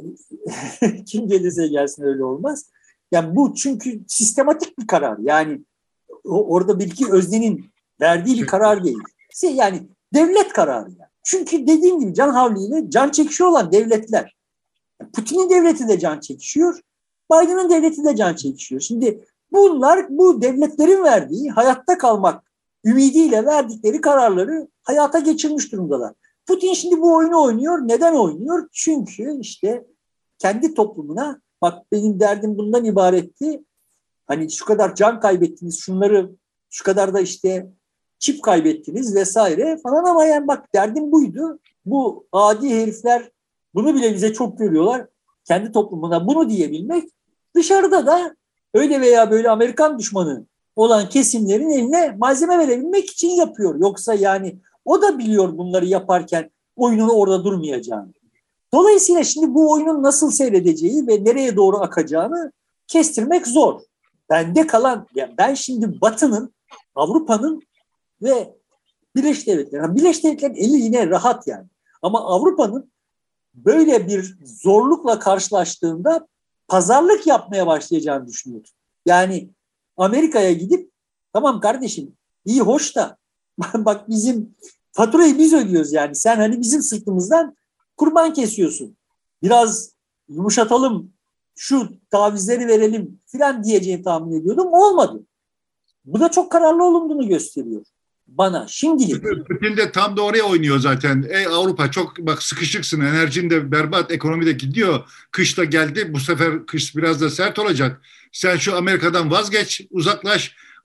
kim gelirse gelsin öyle olmaz. Yani bu çünkü sistematik bir karar. Yani orada Bilgi Özden'in verdiği bir karar değil. Yani devlet kararı. Yani. Çünkü dediğim gibi can havliyle can çekişiyor olan devletler. Putin'in devleti de can çekişiyor. Biden'ın devleti de can çekişiyor. Şimdi bunlar bu devletlerin verdiği hayatta kalmak ümidiyle verdikleri kararları hayata geçirmiş durumdalar. Putin şimdi bu oyunu oynuyor. Neden oynuyor? Çünkü işte kendi toplumuna bak benim derdim bundan ibaretti. Hani şu kadar can kaybettiniz, şunları şu kadar da işte çip kaybettiniz vesaire falan ama yani bak derdim buydu. Bu adi herifler bunu bile bize çok görüyorlar. Kendi toplumuna bunu diyebilmek. Dışarıda da öyle veya böyle Amerikan düşmanı olan kesimlerin eline malzeme verebilmek için yapıyor. Yoksa yani o da biliyor bunları yaparken oyunun orada durmayacağını. Dolayısıyla şimdi bu oyunun nasıl seyredeceği ve nereye doğru akacağını kestirmek zor. Bende kalan, yani ben şimdi Batı'nın, Avrupa'nın ve Birleşik Devletler'in, Birleşik Devletler'in eli yine rahat yani. Ama Avrupa'nın böyle bir zorlukla karşılaştığında pazarlık yapmaya başlayacağını düşünüyorum. Yani Amerika'ya gidip tamam kardeşim iyi hoş da bak bizim faturayı biz ödüyoruz yani. Sen hani bizim sırtımızdan kurban kesiyorsun. Biraz yumuşatalım, şu tavizleri verelim filan diyeceğini tahmin ediyordum. Olmadı. Bu da çok kararlı olunduğunu gösteriyor bana şimdilik. Putin de tam da oraya oynuyor zaten. Ey Avrupa çok bak sıkışıksın, enerjin de berbat, ekonomi de gidiyor. Kış da geldi. Bu sefer kış biraz da sert olacak. Sen şu Amerika'dan vazgeç, uzaklaş.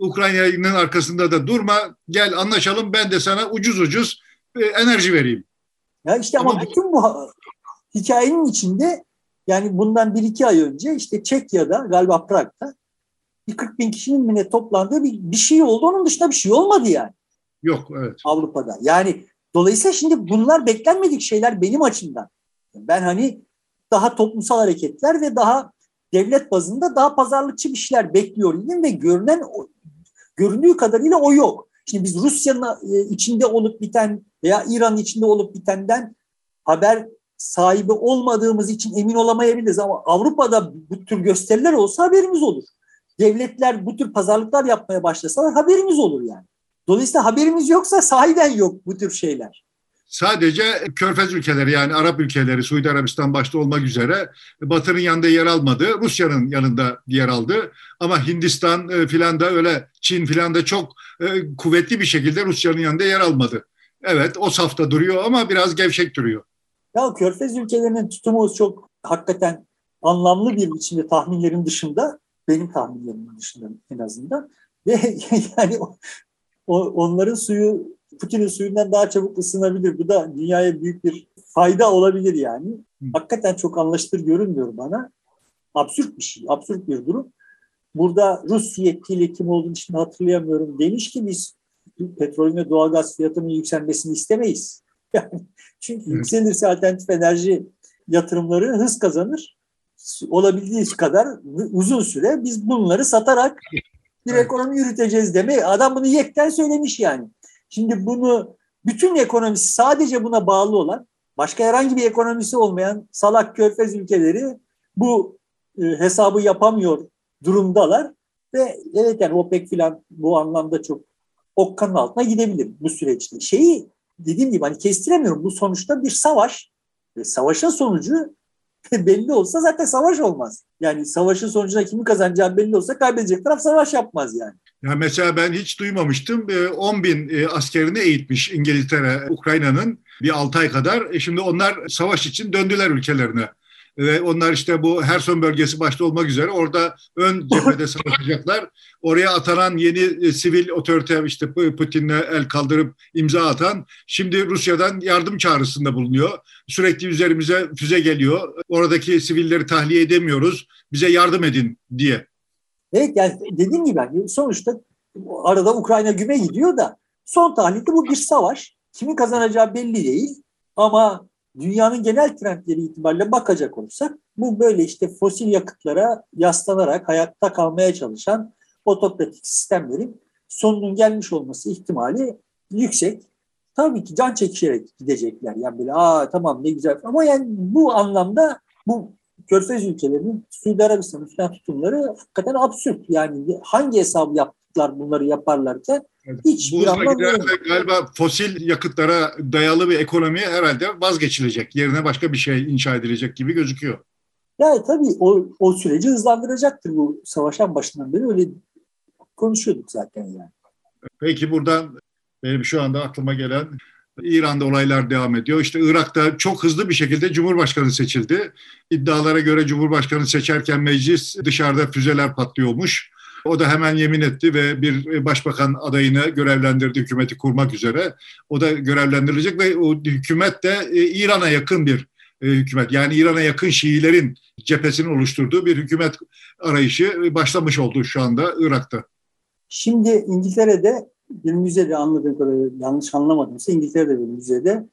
Ukrayna'nın arkasında da durma, gel anlaşalım, ben de sana ucuz ucuz e, enerji vereyim. Ya işte ama, ama bütün bu hikayenin içinde, yani bundan bir iki ay önce işte Çekya'da, galiba Prag'da bir kırk bin kişinin mi ne toplandığı bir, bir şey oldu. Onun dışında bir şey olmadı yani. Yok, evet. Avrupa'da. Yani dolayısıyla şimdi bunlar beklenmedik şeyler benim açımdan. Ben hani daha toplumsal hareketler ve daha devlet bazında daha pazarlıkçı bir şeyler bekliyor idim ve görünen, göründüğü kadarıyla o yok. Şimdi biz Rusya'nın içinde olup biten veya İran'ın içinde olup bitenden haber sahibi olmadığımız için emin olamayabiliriz ama Avrupa'da bu tür gösteriler olsa haberimiz olur. Devletler bu tür pazarlıklar yapmaya başlasalar haberimiz olur yani. Dolayısıyla haberimiz yoksa sahiden yok bu tür şeyler. Sadece Körfez ülkeleri, yani Arap ülkeleri, Suudi Arabistan başta olmak üzere Batı'nın yanında yer almadı. Rusya'nın yanında yer aldı. Ama Hindistan e, filan da öyle, Çin filan da çok e, kuvvetli bir şekilde Rusya'nın yanında yer almadı. Evet, o safta duruyor ama biraz gevşek duruyor. Ya Körfez ülkelerinin tutumu çok hakikaten anlamlı bir biçimde, tahminlerin dışında, benim tahminlerimin dışında en azından. Ve yani o, o, onların suyu Putin'in suyundan daha çabuk ısınabilir. Bu da dünyaya büyük bir fayda olabilir yani. Hı. Hakikaten çok anlaşılır görünmüyor bana. Absürt bir şey, absürt bir durum. Burada Rus yetkili, kim olduğunu şimdi hatırlayamıyorum, demiş ki biz petrol ve doğalgaz fiyatının yükselmesini istemeyiz. Yani çünkü Hı. yükselirse alternatif enerji yatırımları hız kazanır. Olabildiği kadar uzun süre biz bunları satarak bir evet. ekonomi yürüteceğiz demeyi. Adam bunu yekten söylemiş yani. Şimdi bunu, bütün ekonomisi sadece buna bağlı olan, başka herhangi bir ekonomisi olmayan salak Körfez ülkeleri bu e, hesabı yapamıyor durumdalar ve evet yani OPEC filan bu anlamda çok okkanın altına gidebilir bu süreçte. Şeyi dediğim gibi hani kestiremiyorum. Bu sonuçta bir savaş. Ve savaşın sonucu belli olsa zaten savaş olmaz. Yani savaşın sonucunda kimin kazanacağı belli olsa kaybedecek taraf savaş yapmaz yani. Ya mesela ben hiç duymamıştım. on bin askerini eğitmiş İngiltere, Ukrayna'nın bir altı ay kadar. Şimdi onlar savaş için döndüler ülkelerine. Ve onlar işte bu Herson bölgesi başta olmak üzere orada ön cephede savaşacaklar. Oraya atanan yeni sivil otorite, işte Putin'le el kaldırıp imza atan, şimdi Rusya'dan yardım çağrısında bulunuyor. Sürekli üzerimize füze geliyor. Oradaki sivilleri tahliye edemiyoruz. Bize yardım edin diye. Evet yani dediğim gibi yani sonuçta arada Ukrayna güme gidiyor da son tahlilde bu bir savaş. Kimin kazanacağı belli değil ama dünyanın genel trendleri itibariyle bakacak olursak bu böyle işte fosil yakıtlara yaslanarak hayatta kalmaya çalışan otokratik sistemlerin sonunun gelmiş olması ihtimali yüksek. Tabii ki can çekişerek gidecekler. Yani böyle aa tamam ne güzel ama yani bu anlamda bu Körfez ülkelerinin Suudi Arabistan'ın falan tutumları hakikaten absürt. Yani hangi hesabı yaptılar bunları yaparlarken hiç bir anlam yok. Galiba fosil yakıtlara dayalı bir ekonomi herhalde vazgeçilecek. Yerine başka bir şey inşa edilecek gibi gözüküyor. Yani tabii o, o süreci hızlandıracaktır bu savaşan başından beri. Öyle konuşuyorduk zaten yani. Peki buradan benim şu anda aklıma gelen, İran'da olaylar devam ediyor. İşte Irak'ta çok hızlı bir şekilde Cumhurbaşkanı seçildi. İddialara göre Cumhurbaşkanı seçerken meclis dışarıda füzeler patlıyormuş. O da hemen yemin etti ve bir başbakan adayını görevlendirdi hükümeti kurmak üzere. O da görevlendirilecek ve o hükümet de İran'a yakın bir hükümet. Yani İran'a yakın Şiilerin cephesini oluşturduğu bir hükümet arayışı başlamış oldu şu anda Irak'ta. Şimdi İngiltere'de bir müzede, anladığım kadarıyla yanlış anlamadımsa İngiltere'de bir müzede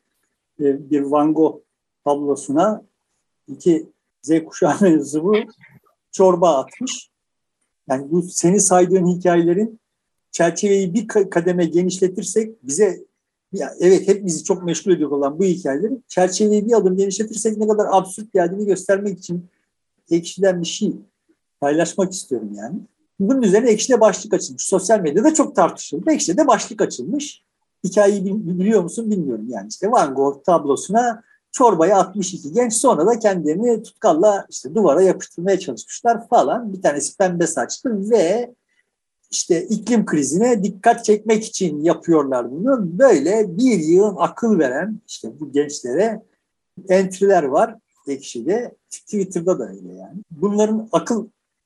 bir Van Gogh tablosuna iki Z kuşağı mensubu çorba atmış. Yani bu senin saydığın hikayelerin çerçeveyi bir kademe genişletirsek bize, ya evet hep bizi çok meşgul ediyor olan bu hikayelerin çerçeveyi bir adım genişletirsek ne kadar absürt geldiğini göstermek için Ekşi'den bir şey paylaşmak istiyorum yani. Bunun üzerine Ekşi'de başlık açılmış. Sosyal medyada çok tartışıldı. Ekşi'de başlık açılmış. Hikayeyi biliyor musun bilmiyorum yani. İşte Van Gogh tablosuna çorbayı altmış iki genç, sonra da kendilerini tutkalla işte duvara yapıştırmaya çalışmışlar falan. Bir tanesi pembe saçlı ve işte iklim krizine dikkat çekmek için yapıyorlar bunu. Böyle bir yığın akıl veren işte bu gençlere entry'ler var Ekşi'de. Twitter'da da öyle yani. Bunların akıl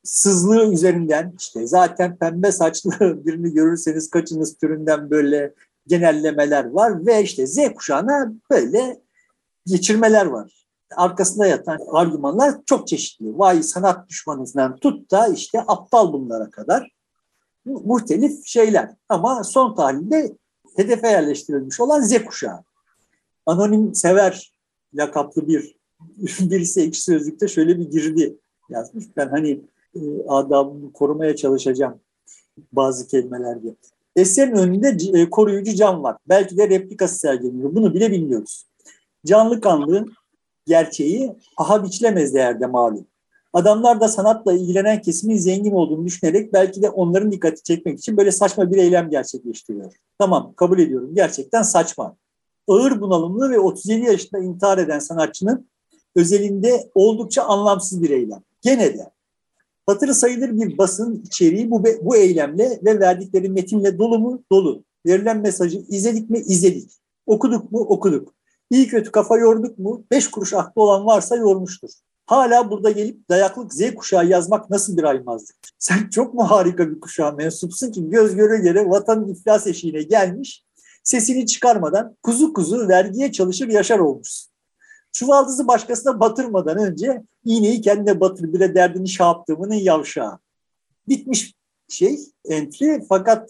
sızlığı üzerinden işte zaten pembe saçlı birini görürseniz kaçınız türünden böyle genellemeler var ve işte Z kuşağına böyle geçirmeler var. Arkasında yatan argümanlar çok çeşitli. Vay sanat düşmanından tut da işte aptal bunlara kadar muhtelif şeyler. Ama son tahlilde hedefe yerleştirilmiş olan Z kuşağı. Anonim Sever lakaplı bir birisi Ekşi Sözlük'te şöyle bir girdi yazmış. Ben hani e, adabımı korumaya çalışacağım bazı kelimelerde. Eserin önünde e, koruyucu cam var. Belki de replikası sergileniyor. Bunu bile bilmiyoruz. Canlı kanlığın gerçeği paha biçilemez değerde malum. Adamlar da sanatla ilgilenen kesimin zengin olduğunu düşünerek belki de onların dikkati çekmek için böyle saçma bir eylem gerçekleştiriyor. Tamam, kabul ediyorum. Gerçekten saçma. Ağır bunalımlı ve otuz yedi yaşında intihar eden sanatçının özelinde oldukça anlamsız bir eylem. Gene de hatırı sayılır bir basın içeriği bu, bu eylemle ve verdikleri metinle dolu mu? Dolu. Verilen mesajı izledik mi? İzledik. Okuduk mu? Okuduk. İyi kötü kafa yorduk mu? Beş kuruş aklı olan varsa yormuştur. Hala burada gelip dayaklık Z kuşağı yazmak nasıl bir aymazlık? Sen çok mu harika bir kuşağa mensupsun ki göz göre göre vatanın iflas eşiğine gelmiş, sesini çıkarmadan kuzu kuzu vergiye çalışır yaşar olmuşsun. Çuvaldızı başkasına batırmadan önce iğneyi kendine batır bile derdini şey yaptığımının yavşağı. Bitmiş şey entry fakat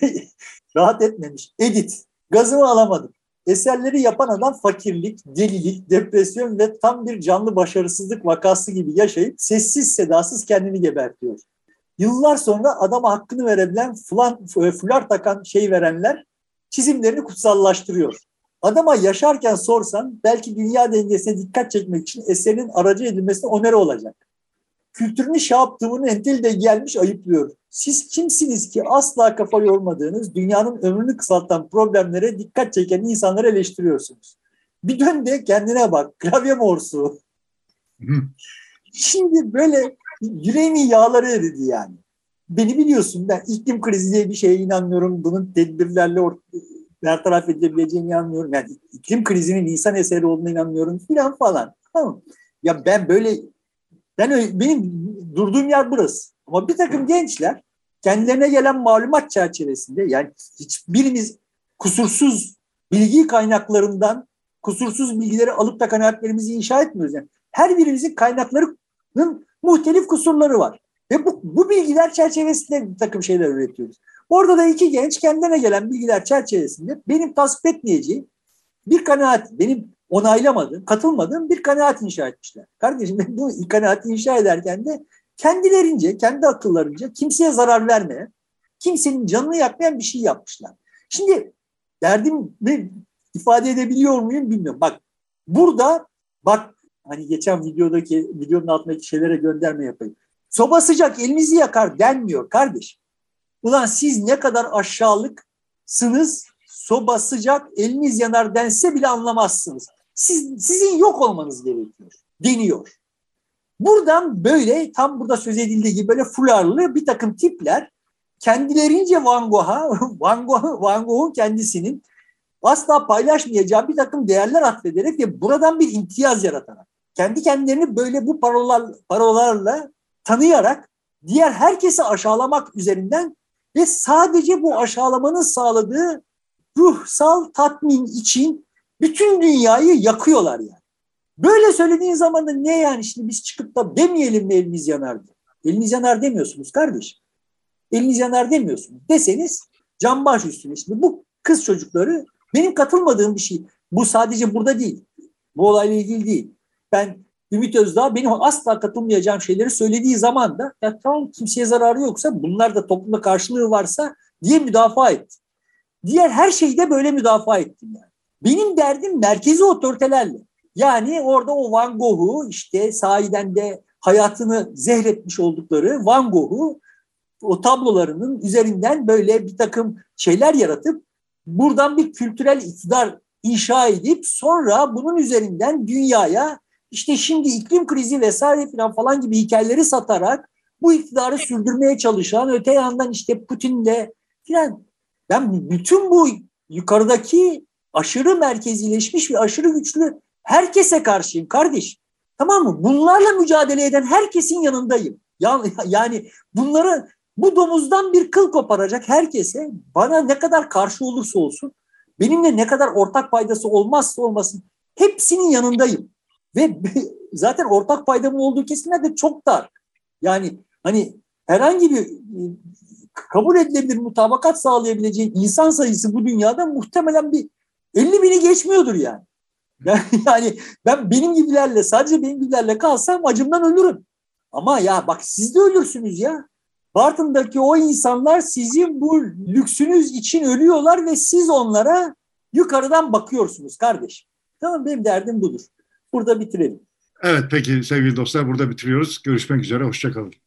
rahat etmemiş. Edit. Gazımı alamadım. Eserleri yapan adam fakirlik, delilik, depresyon ve tam bir canlı başarısızlık vakası gibi yaşayıp sessiz sedasız kendini gebertiyor. Yıllar sonra adama hakkını verebilen fulan, fular takan şey verenler çizimlerini kutsallaştırıyor. Adama yaşarken sorsan belki dünya dengesine dikkat çekmek için eserinin aracı edilmesine onere olacak. Kültürünü şey yaptığımın enteli de gelmiş ayıplıyor. Siz kimsiniz ki asla kafa yormadığınız, dünyanın ömrünü kısaltan problemlere dikkat çeken insanları eleştiriyorsunuz. Bir dön de kendine bak. Klavye morsu. Şimdi böyle yüreğimin yağları eridi yani. Beni biliyorsun, ben iklim krizi diye bir şeye inanmıyorum. Bunun tedbirlerle bertaraf edilebileceğine inanmıyorum. Yani iklim krizinin insan eseri olduğuna inanmıyorum filan falan. Tamam. Ya ben böyle ben benim durduğum yer burası. Ama bir takım gençler kendilerine gelen malumat çerçevesinde, yani hiçbirimiz kusursuz bilgi kaynaklarından kusursuz bilgileri alıp da kanaatlerimizi inşa etmiyoruz. Yani her birimizin kaynaklarının muhtelif kusurları var. Ve bu, bu bilgiler çerçevesinde bir takım şeyler üretiyoruz. Orada da iki genç kendilerine gelen bilgiler çerçevesinde benim tasvip etmeyeceğim bir kanaat, benim onaylamadığım, katılmadığım bir kanaat inşa etmişler. Kardeşim, bu kanaati inşa ederken de kendilerince, kendi akıllarınca kimseye zarar vermeyen, kimsenin canını yakmayan bir şey yapmışlar. Şimdi derdimi ifade edebiliyor muyum bilmiyorum. Bak burada, bak hani geçen videodaki, videonun altındaki şeylere gönderme yapayım. Soba sıcak elinizi yakar denmiyor kardeşim. Ulan siz ne kadar aşağılıksınız, soba sıcak eliniz yanar dense bile anlamazsınız. Siz, sizin yok olmanız gerekiyor deniyor. Buradan böyle tam burada söz edildiği gibi böyle fularlı bir takım tipler kendilerince Van Gogh'a, Van Gogh, Van Gogh'un kendisinin asla paylaşmayacağı bir takım değerler atfederek ve buradan bir imtiyaz yaratarak, kendi kendilerini böyle bu parolar, parolarla tanıyarak diğer herkesi aşağılamak üzerinden ve sadece bu aşağılamanın sağladığı ruhsal tatmin için bütün dünyayı yakıyorlar yani. Böyle söylediğin zaman da ne yani, şimdi biz çıkıp da demeyelim mi eliniz yanar diye. Eliniz yanar demiyorsunuz kardeşim. Eliniz yanar demiyorsunuz. Deseniz can baş üstüne. Şimdi bu kız çocukları, benim katılmadığım bir şey. Bu sadece burada değil. Bu olayla ilgili değil. Ben Ümit Özdağ benim asla katılmayacağım şeyleri söylediği zaman da ya tamam, kimseye zararı yoksa, bunlar da toplumda karşılığı varsa diye müdafaa ettim. Diğer her şeyde böyle müdafaa ettim yani. Benim derdim merkezi otoritelerle. Yani orada o Van Gogh'u, işte sahiden de hayatını zehretmiş oldukları Van Gogh'u, o tablolarının üzerinden böyle bir takım şeyler yaratıp buradan bir kültürel iktidar inşa edip sonra bunun üzerinden dünyaya işte şimdi iklim krizi vesaire falan falan gibi hikayeleri satarak bu iktidarı sürdürmeye çalışan, öte yandan işte Putin'le falan, ben bütün bu yukarıdaki aşırı merkezileşmiş ve aşırı güçlü herkese karşıyım kardeşim. Tamam mı? Bunlarla mücadele eden herkesin yanındayım. Yani, yani bunları, bu domuzdan bir kıl koparacak herkese, bana ne kadar karşı olursa olsun, benimle ne kadar ortak paydası olmazsa olmasın, hepsinin yanındayım. Ve zaten ortak paydamın olduğu kesimler de çok dar. Yani hani herhangi bir kabul edilebilir mutabakat sağlayabileceği insan sayısı bu dünyada muhtemelen bir elli bini geçmiyordur yani. Yani, yani ben benim gibilerle, sadece benim gibilerle kalsam acımdan ölürüm. Ama ya bak, siz de ölürsünüz ya. Bartın'daki o insanlar sizin bu lüksünüz için ölüyorlar ve siz onlara yukarıdan bakıyorsunuz kardeşim. Tamam, benim derdim budur. Burada bitirelim. Evet, peki sevgili dostlar, burada bitiriyoruz. Görüşmek üzere, hoşça kalın.